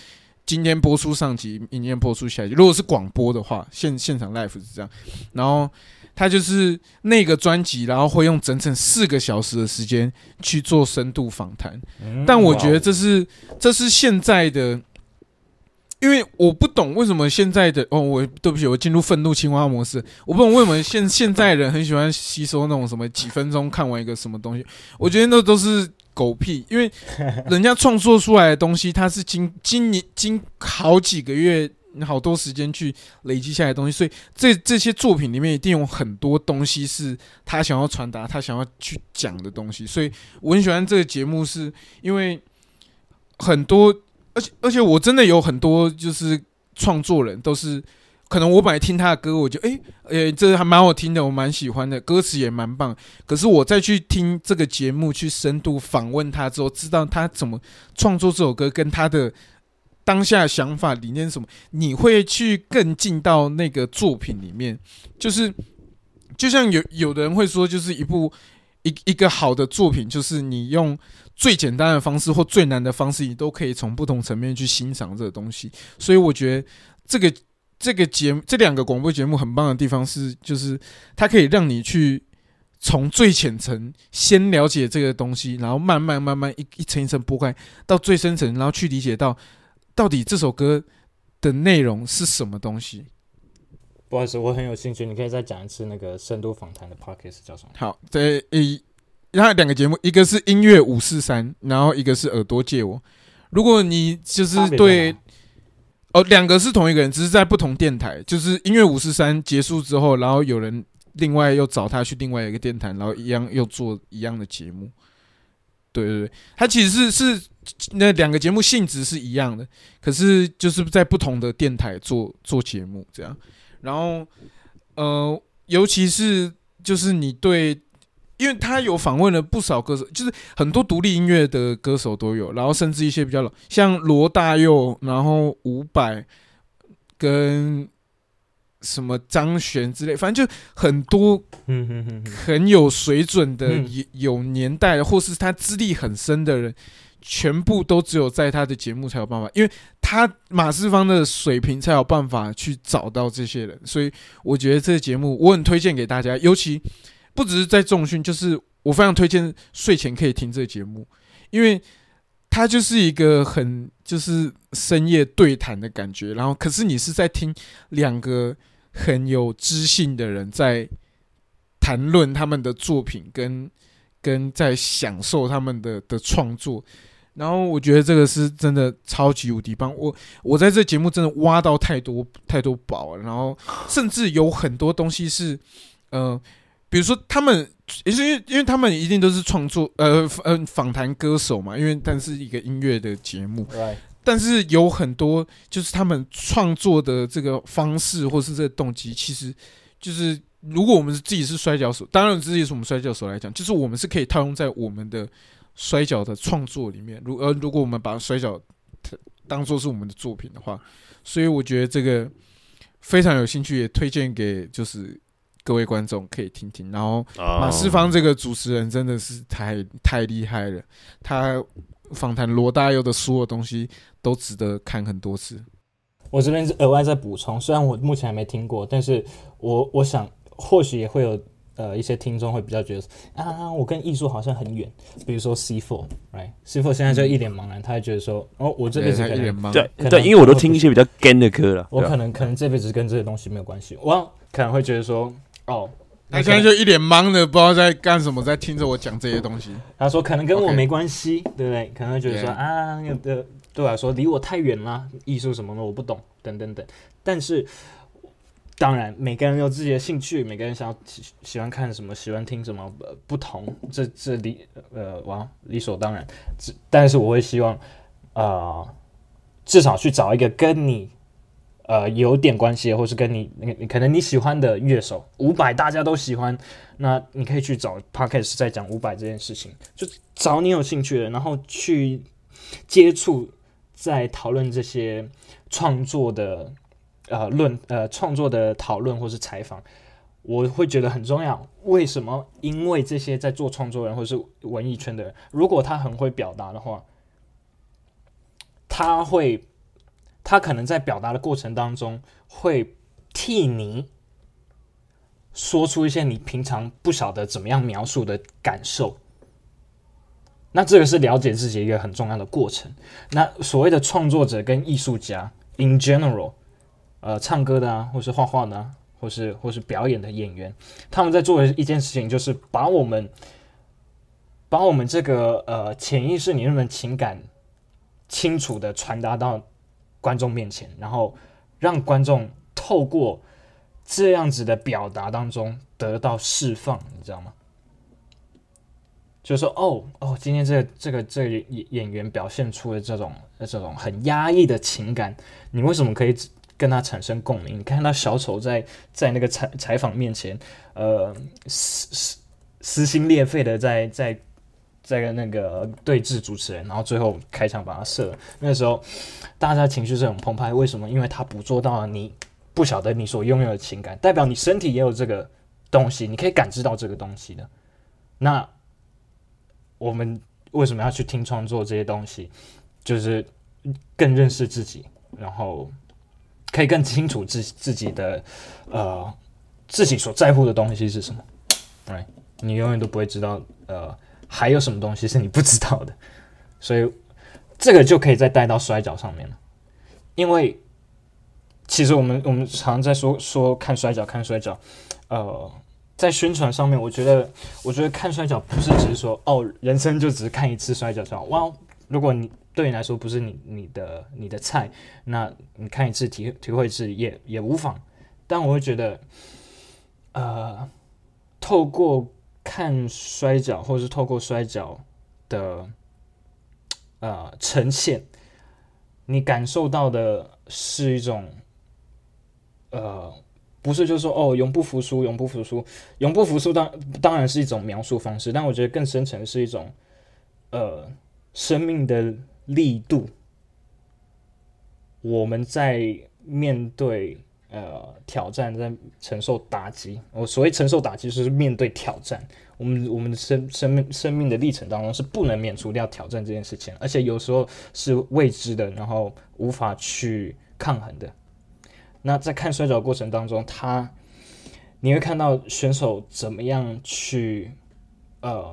今天播出上集，明天播出下集。如果是广播的话，现现场 live 是这样。然后他就是那个专辑，然后会用整整四个小时的时间去做深度访谈。嗯、但我觉得这是这是现在的，因为我不懂为什么现在的哦，我对不起，我进入愤怒青蛙模式。我不懂为什么现现在人很喜欢吸收那种什么几分钟看完一个什么东西。我觉得那都是狗屁，因为人家创作出来的东西，它是经经年经好几个月、好多时间去累积下来的东西，所以这这些作品里面一定有很多东西是他想要传达、他想要去讲的东西。所以我很喜欢这个节目，是因为很多，而且而且我真的有很多就是创作人都是。可能我本来听他的歌，我就哎，哎、欸欸，这还蛮好听的，我蛮喜欢的，歌词也蛮棒。可是我再去听这个节目，去深度访问他之后，知道他怎么创作这首歌，跟他的当下想法、理念是什么，你会去更进到那个作品里面。就是就像有有的人会说，就是一部一一个好的作品，就是你用最简单的方式或最难的方式，你都可以从不同层面去欣赏这个东西。所以我觉得这个。这个节目，这两个广播节目很棒的地方是，就是它可以让你去从最浅层先了解这个东西，然后慢慢慢慢一一层一层剥开到最深层，然后去理解到到底这首歌的内容是什么东西。 不好意思，我很有兴趣，你可以再讲一次那个深度访谈的 podcast 叫什么？ 好，这一它两个节目，一个是音乐五四三，然后一个是耳朵借我。如果你就是对。哦，两个是同一个人，只是在不同电台。就是音乐五四三结束之后，然后有人另外又找他去另外一个电台，然后一样又做一样的节目。对对对，他其实是是那两个节目性质是一样的，可是就是在不同的电台做做节目这样。然后呃，尤其是就是你对。因为他有访问了不少歌手，就是很多独立音乐的歌手都有，然后甚至一些比较老，像罗大佑，然后伍佰跟什么张悬之类，反正就很多很有水准的、有年代的，或是他资历很深的人，全部都只有在他的节目才有办法，因为他马世芳的水平才有办法去找到这些人，所以我觉得这个节目我很推荐给大家，尤其。不只是在重训，就是我非常推荐睡前可以听这个节目，因为它就是一个很就是深夜对谈的感觉，然后可是你是在听两个很有知性的人在谈论他们的作品跟跟在享受他们的的创作，然后我觉得这个是真的超级无敌棒，我我在这节目真的挖到太多太多宝了，然后甚至有很多东西是呃。比如说，他们因为因为他们一定都是创作呃呃访谈歌手嘛，因为但是一个音乐的节目， right. 但是有很多就是他们创作的这个方式或是这个动机，其实就是如果我们自己是摔跤手，当然自己是我们摔跤手来讲，就是我们是可以套用在我们的摔跤的创作里面。如呃如果我们把摔跤当作是我们的作品的话，所以我觉得这个非常有兴趣，也推荐给就是。各位观众可以听听，然后马世芳这个主持人真的是太太厉害了，他访谈罗大佑的所有东西都值得看很多次。 我这边额外再补充，虽然我目前还没听过，但是我我想或许也会有呃一些听众会比较觉得啊，我跟艺术好像很远，比如说 C 四 right C 四 现在就一脸茫然，他还觉得说哦，我这辈子可能对对，因为我都听一些比较 gan 的歌了， 我可能可能这辈子跟这些东西没有关系，我可能会觉得说。哦， 他现在就一脸懵的，不知道在干什么，在听着我讲这些东西。 他说可能跟我没关系， okay. 对不对？可能会觉得说、yeah. 啊，那个对我来说离我太远啦，艺术什么的我不懂，等等等。但是当然，每个人有自己的兴趣，每个人想要喜欢看什么，喜欢听什么，呃、不同，这这理呃哇理所当然。但是我会希望，呃，至少去找一个跟你。呃，有点关系，或是跟你，你可能你喜欢的乐手，伍佰大家都喜欢，那你可以去找 podcast 在讲伍佰这件事情，就找你有兴趣的，然后去接触，在讨论这些创作的呃论呃创作的讨论或是采访，我会觉得很重要。为什么？因为这些在做创作人或是文艺圈的人，如果他很会表达的话，他会。 他可能在表达的过程当中会替你说出一些你平常不晓得怎么样描述的感受。那这个是了解自己一个很重要的过程。那所谓的创作者跟艺术家 in general， 呃，唱歌的啊，或是画画的啊，或是或是表演的演员，他们在做的一件事情就是把我们把我们这个呃潜意识里面的情感清楚的传达到观众面前，然后让观众透过这样子的表达当中得到释放，你知道吗？就是说，哦哦，今天这个这个这个演员表现出了这种这种很压抑的情感，你为什么可以跟他产生共鸣？你看到小丑在在那个采采访面前，呃，撕撕心裂肺的在在在跟那个对峙主持人，然后最后开场把他射了。那时候大家情绪是很澎湃，为什么？因为他捕捉到了你不晓得你所拥有的情感，代表你身体也有这个东西，你可以感知到这个东西的。那我们为什么要去听创作这些东西？就是更认识自己，然后可以更清楚自自己的呃自己所在乎的东西是什么。Right？ 你永远都不会知道呃还有什么东西是你不知道的，所以这个就可以再带到摔跤上面了。因为其实我们我们常常在说说看摔跤看摔跤，呃。在宣传上面，我觉得，我觉得看摔跤不是只是说哦，人生就只是看一次摔跤就好。哇，如果你对你来说不是你你的你的菜，那你看一次体体会一次也也无妨。但我会觉得，呃，透过看摔跤，或是透过摔跤的呃呈现，你感受到的是一种呃。不是就是说哦，永不服输，永不服输，永不服输当当然是一种描述方式，但我觉得更深层是一种呃生命的力度。我们在面对呃挑战，在承受打击。我所谓承受打击，就是面对挑战。我们我们的生生命生命的历程当中是不能免除掉挑战这件事情，而且有时候是未知的，然后无法去抗衡的。那在看摔跤过程当中，他你会看到选手怎么样去呃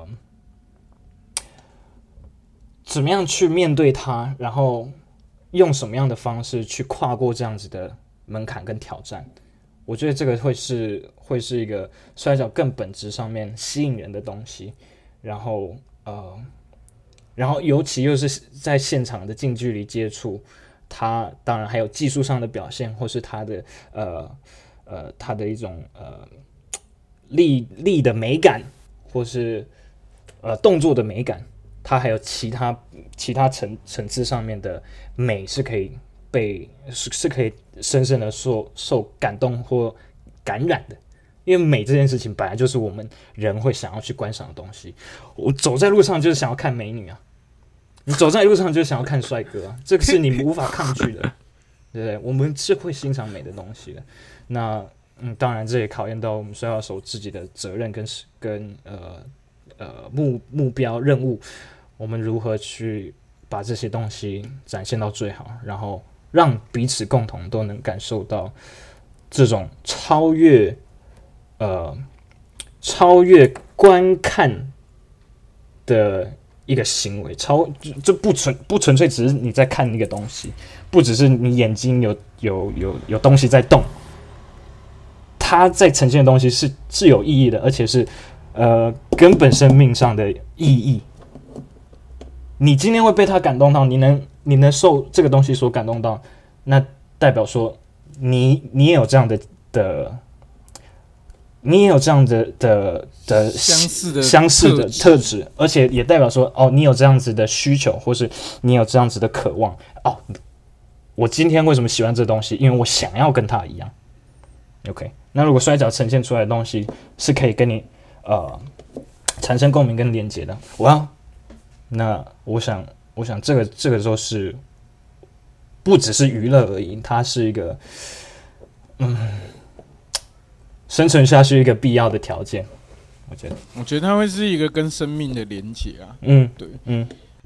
怎么样去面对他，然后用什么样的方式去跨过这样子的门槛跟挑战。我觉得这个会是会是一个摔跤更本质上面吸引人的东西。然后呃，然后尤其又是在现场的近距离接触。他当然还有技术上的表现，或是他的呃呃他的一种呃力力的美感，或是呃动作的美感，他还有其他其他层层次上面的美是可以被是是可以深深的受受感动或感染的。因为美这件事情本来就是我们人会想要去观赏的东西。我走在路上就是想要看美女啊。你走在路上就想要看帅哥、啊，这个是你无法抗拒的，对不对？我们是会欣赏美的东西的。那嗯，当然这也考验到我们摔跤手自己的责任跟跟呃呃目目标任务，我们如何去把这些东西展现到最好，然后让彼此共同都能感受到这种超越呃超越观看的。一个行为超这不纯不纯粹只是你在看一个东西，不只是你眼睛有有有有东西在动，它在呈现的东西是是有意义的，而且是呃根本生命上的意义。你今天会被它感动到，你能你能受这个东西所感动到，那代表说你你也有这样的的。你也有这样的的的相似的相似的特质，而且也代表说，哦，你有这样子的需求，或是你有这样子的渴望。哦，我今天为什么喜欢这东西？因为我想要跟他一样。OK， 那如果摔跤呈现出来的东西是可以跟你呃产生共鸣跟连结的，哇，那我想，我想这个这个时候是不只是娱乐而已，它是一个嗯。生存下去一个必要的条件，我觉得。 我觉得它会是一个跟生命的连结啊。 嗯， 对， 嗯，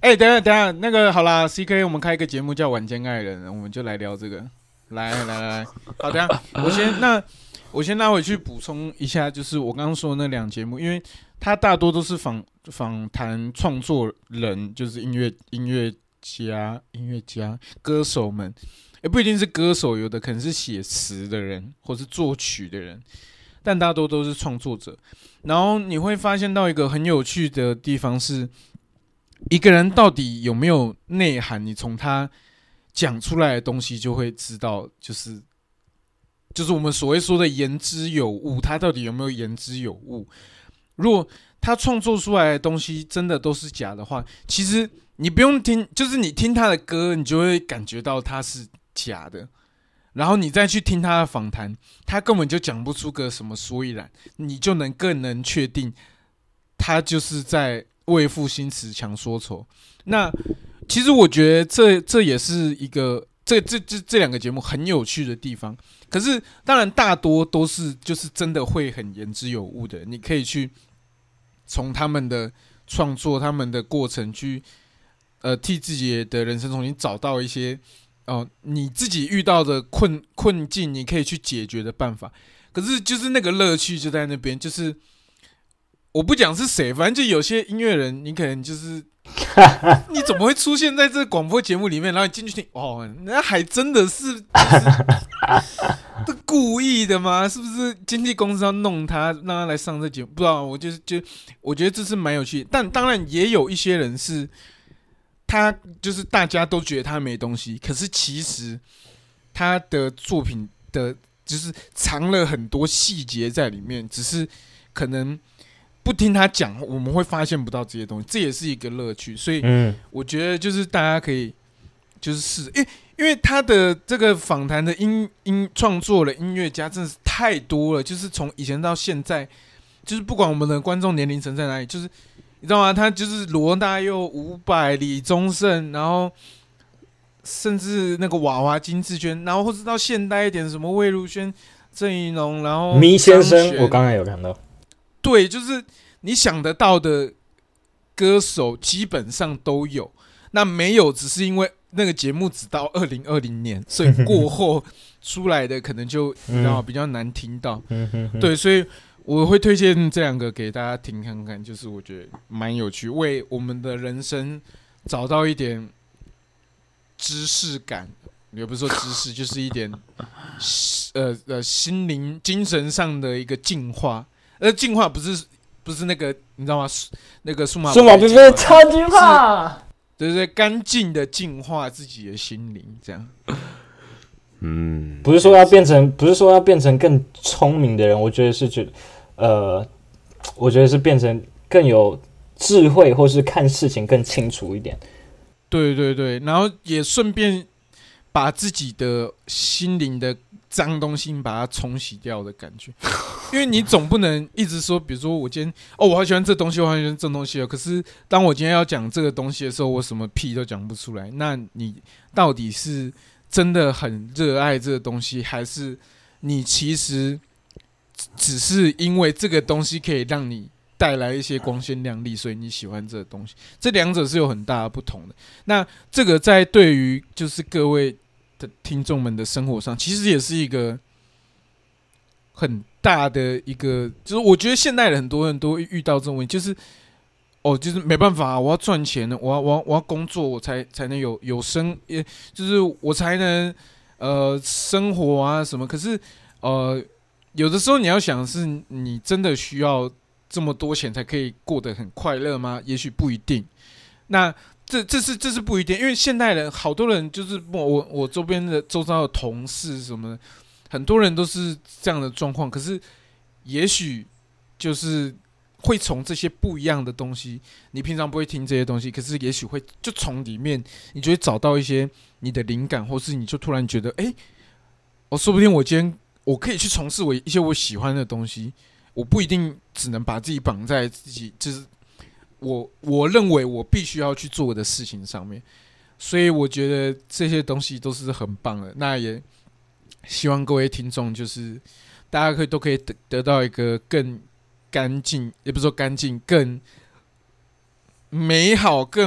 哎、欸，等一下等一下，那个好啦 ，C K， 我们开一个节目叫《晚间爱人》，我们就来聊这个。来来来，好，等一下我先那我先拉回去补充一下，就是我刚刚说的那两节目，因为它大多都是访访谈创作人，就是音乐音乐家、音乐家、歌手们，也不一定是歌手，有的可能是写词的人，或是作曲的人，但大多都是创作者。然后你会发现到一个很有趣的地方是，一个人到底有没有内涵，你从他讲出来的东西就会知道，就是就是我们所谓说的言之有物，他到底有没有言之有物？如果他创作出来的东西真的都是假的话，其实你不用听，就是你听他的歌，你就会感觉到他是假的。然后你再去听他的访谈，他根本就讲不出个什么所以然，你就能更能确定他就是在为赋新词强说愁。那其实我觉得这这也是一个这这这这两个节目很有趣的地方。可是当然大多都是就是真的会很言之有物的，你可以去从他们的创作、他们的过程去呃替自己的人生重新找到一些哦、呃、你自己遇到的困困境，你可以去解决的办法。可是就是那个乐趣就在那边，就是我不讲是谁，反正就有些音乐人，你可能就是你怎么会出现在这个广播节目里面？然后你进去听，哦，那还真的是、就是故意的吗？是不是经纪公司要弄他，让他来上这节目？不知道，我就是就我觉得这是蛮有趣的。但当然也有一些人是，他就是大家都觉得他没东西，可是其实他的作品的，就是藏了很多细节在里面，只是可能不听他讲，我们会发现不到这些东西，这也是一个乐趣。所以，我觉得就是大家可以就是试，因为因为他的这个访谈的音音创作的音乐家真的是太多了，就是从以前到现在，就是不管我们的观众年龄层在哪里，就是你知道吗？他就是罗大佑、伍佰、李宗盛，然后甚至那个娃娃金志娟，然后或者到现代一点什么魏如萱、郑宜农，然后迷先生，我刚才有看到。 对，就是你想得到的歌手基本上都有，那没有只是因为那个节目只到二零二零年，所以过后出来的可能就你知道比较难听到。对，所以我会推荐这两个给大家听看看，就是我觉得蛮有趣，为我们的人生找到一点知识感，也不是说知识，就是一点呃呃心灵、精神上的一个进化。而进化不是不是那个你知道吗？那个数码数码贝贝超进化， 对对对，干净的净化自己的心灵，这样。 嗯， 不是说要变成，不是说要变成更聪明的人，我觉得是觉得，呃，我觉得是变成更有智慧，或是看事情更清楚一点。 对对对，然后也顺便把自己的心灵的脏东西把它冲洗掉的感觉，因为你总不能一直说，比如说我今天哦，我好喜欢这东西，我好喜欢这东西哦。可是当我今天要讲这个东西的时候，我什么屁都讲不出来。那你到底是真的很热爱这个东西，还是你其实只是因为这个东西可以让你带来一些光鲜亮丽，所以你喜欢这个东西？这两者是有很大的不同的。那这个在对于就是各位的听众们的生活上，其实也是一个很大的一个，就是我觉得现代人很多人都会遇到这种问题，就是哦，就是没办法、啊，我要赚钱了，我要我要我要工作，我才才能有有生，也就是我才能呃生活啊什么。可是呃，有的时候你要想的是，你真的需要这么多钱才可以过得很快乐吗？也许不一定。那这这是这是不一定，因为现代人好多人就是我我周边的周遭的同事什么的，很多人都是这样的状况。可是也许就是会从这些不一样的东西，你平常不会听这些东西，可是也许会就从里面，你就会找到一些你的灵感，或是你就突然觉得，哎、欸，我说不定我今天我可以去从事我一些我喜欢的东西，我不一定只能把自己绑在自己就是我我认为我必须要去做的事情上面。所以我觉得这些东西都是很棒的。那也希望各位听众就是大家可以都可以 得, 得到一个更干净，也不是说干净，更美好、更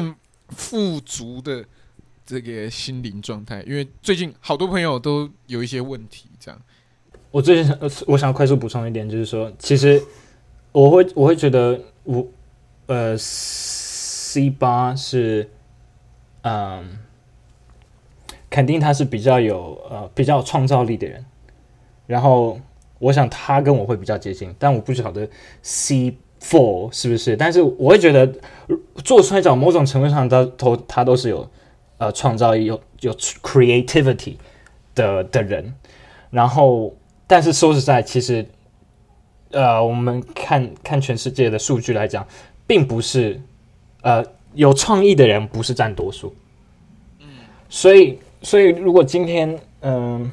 富足的这个心灵状态，因为最近好多朋友都有一些问题，这样。 我最近我想要快速补充一点，就是说，其实我会我会觉得我呃 C 八是嗯，肯定他是比较有呃比较有创造力的人，然后我想他跟我会比较接近，但我不晓得 C 四是不是，但是我会觉得做摔跤某种程度上他都他都是有呃创造力有有 creativity 的的人，然后但是说实在，其实呃我们看看全世界的数据来讲，并不是呃有创意的人不是占多数，嗯，所以所以如果今天嗯。呃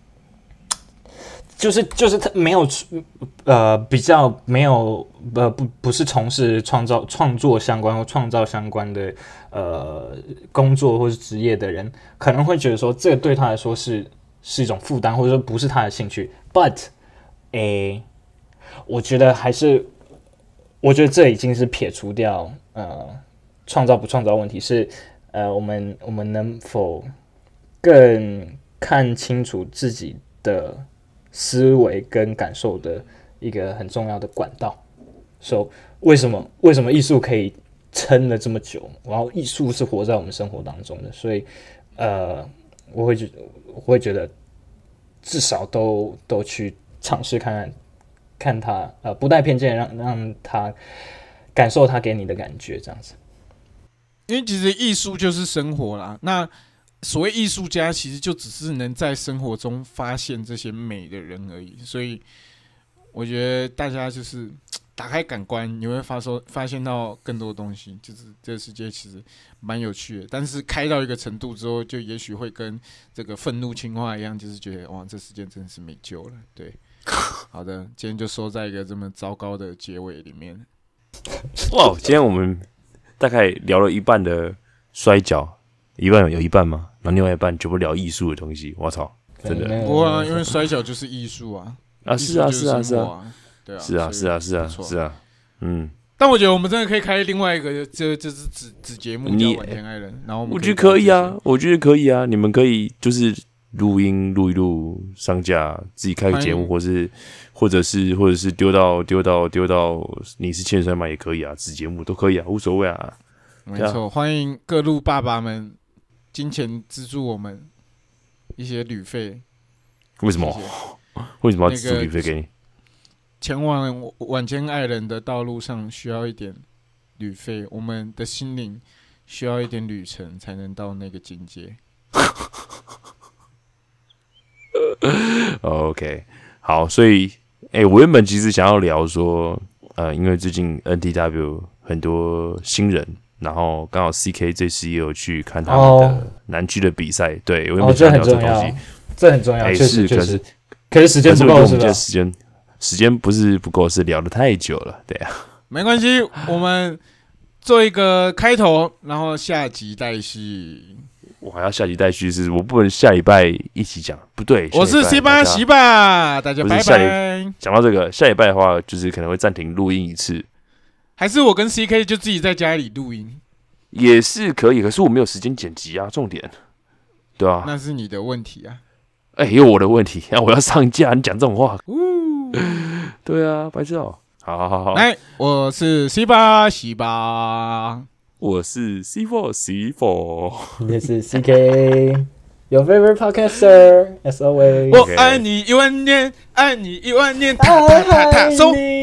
就是就是他没有呃比较没有呃不不是从事创造创作相关或创造相关的呃工作或是职业的人，可能会觉得说这个对他来说是是一种负担，或者说不是他的兴趣。But 诶，我觉得还是我觉得这已经是撇除掉呃创造不创造问题，是呃我们我们能否更看清楚自己的思维跟感受的一个很重要的管道。So 为什么为什么艺术可以撑了这么久？然后艺术是活在我们生活当中的，所以呃，我会觉我会觉得至少都都去尝试看看，看他呃不带偏见，让让他感受他给你的感觉，这样子。 因为其实艺术就是生活啦，那所谓艺术家，其实就只是能在生活中发现这些美的人而已。所以，我觉得大家就是打开感官，你会发收发现到更多东西。就是这个世界其实蛮有趣的，但是开到一个程度之后，就也许会跟这个愤怒青蛙一样，就是觉得哇，这世界真的是没救了。对，好的，今天就收在一个这么糟糕的结尾里面。 哇，今天我们大概聊了一半的摔跤，一半有一半吗？然后另外一半全部聊艺术的东西，我操，真的。 不过啊，因为摔跤就是艺术啊， 啊是啊是啊是啊，对啊， 是啊是啊是啊是啊，嗯。 但我觉得我们真的可以开另外一个，这这是子子节目叫《晚天爱人》，然后我们我觉得可以啊，我觉得可以啊，你们可以就是录音录一录，上架自己开个节目，或是或者是或者是丢到丢到丢到你是欠摔嘛也可以啊，子节目都可以啊，无所谓啊。 没错，欢迎各路爸爸们。金钱资助我们一些旅费， 为什么？为什么要资助旅费给你？ 前往晚间爱人的道路上需要一点旅费，我们的心灵需要一点旅程，才能到那个境界。 OK， 好，所以，哎、欸，我原本其实想要聊说，呃，因为最近 N T W 很多新人。然后刚好 C K 这次也有去看他们的南区的比赛，哦、对，我原本想聊这东西， 这很重要， 哎、 确实确实，可是时间不够，是吧？ 时间时间不是不够，是聊得太久了，对啊。 没关系，我们做一个开头，然后下集待续。 我还要下集待续，是我不能下礼拜一起讲，不对。 我是西巴西巴，大家拜拜。 讲到这个，下礼拜的话，就是可能会暂停录音一次。 还是我跟 C K 就自己在家里录音， 也是可以，可是我没有时间剪辑啊，重点，对啊， 那是你的问题啊， 哎、欸，有我的问题啊，我要上架，你讲这种话，对啊，白痴哦，好好好好， 来，我是 C 八 C 八， 我是 C 四 C 四， 也是 C K。Your favorite podcaster, as always. 我爱你一万年，爱你一万年，踏踏踏踏，手。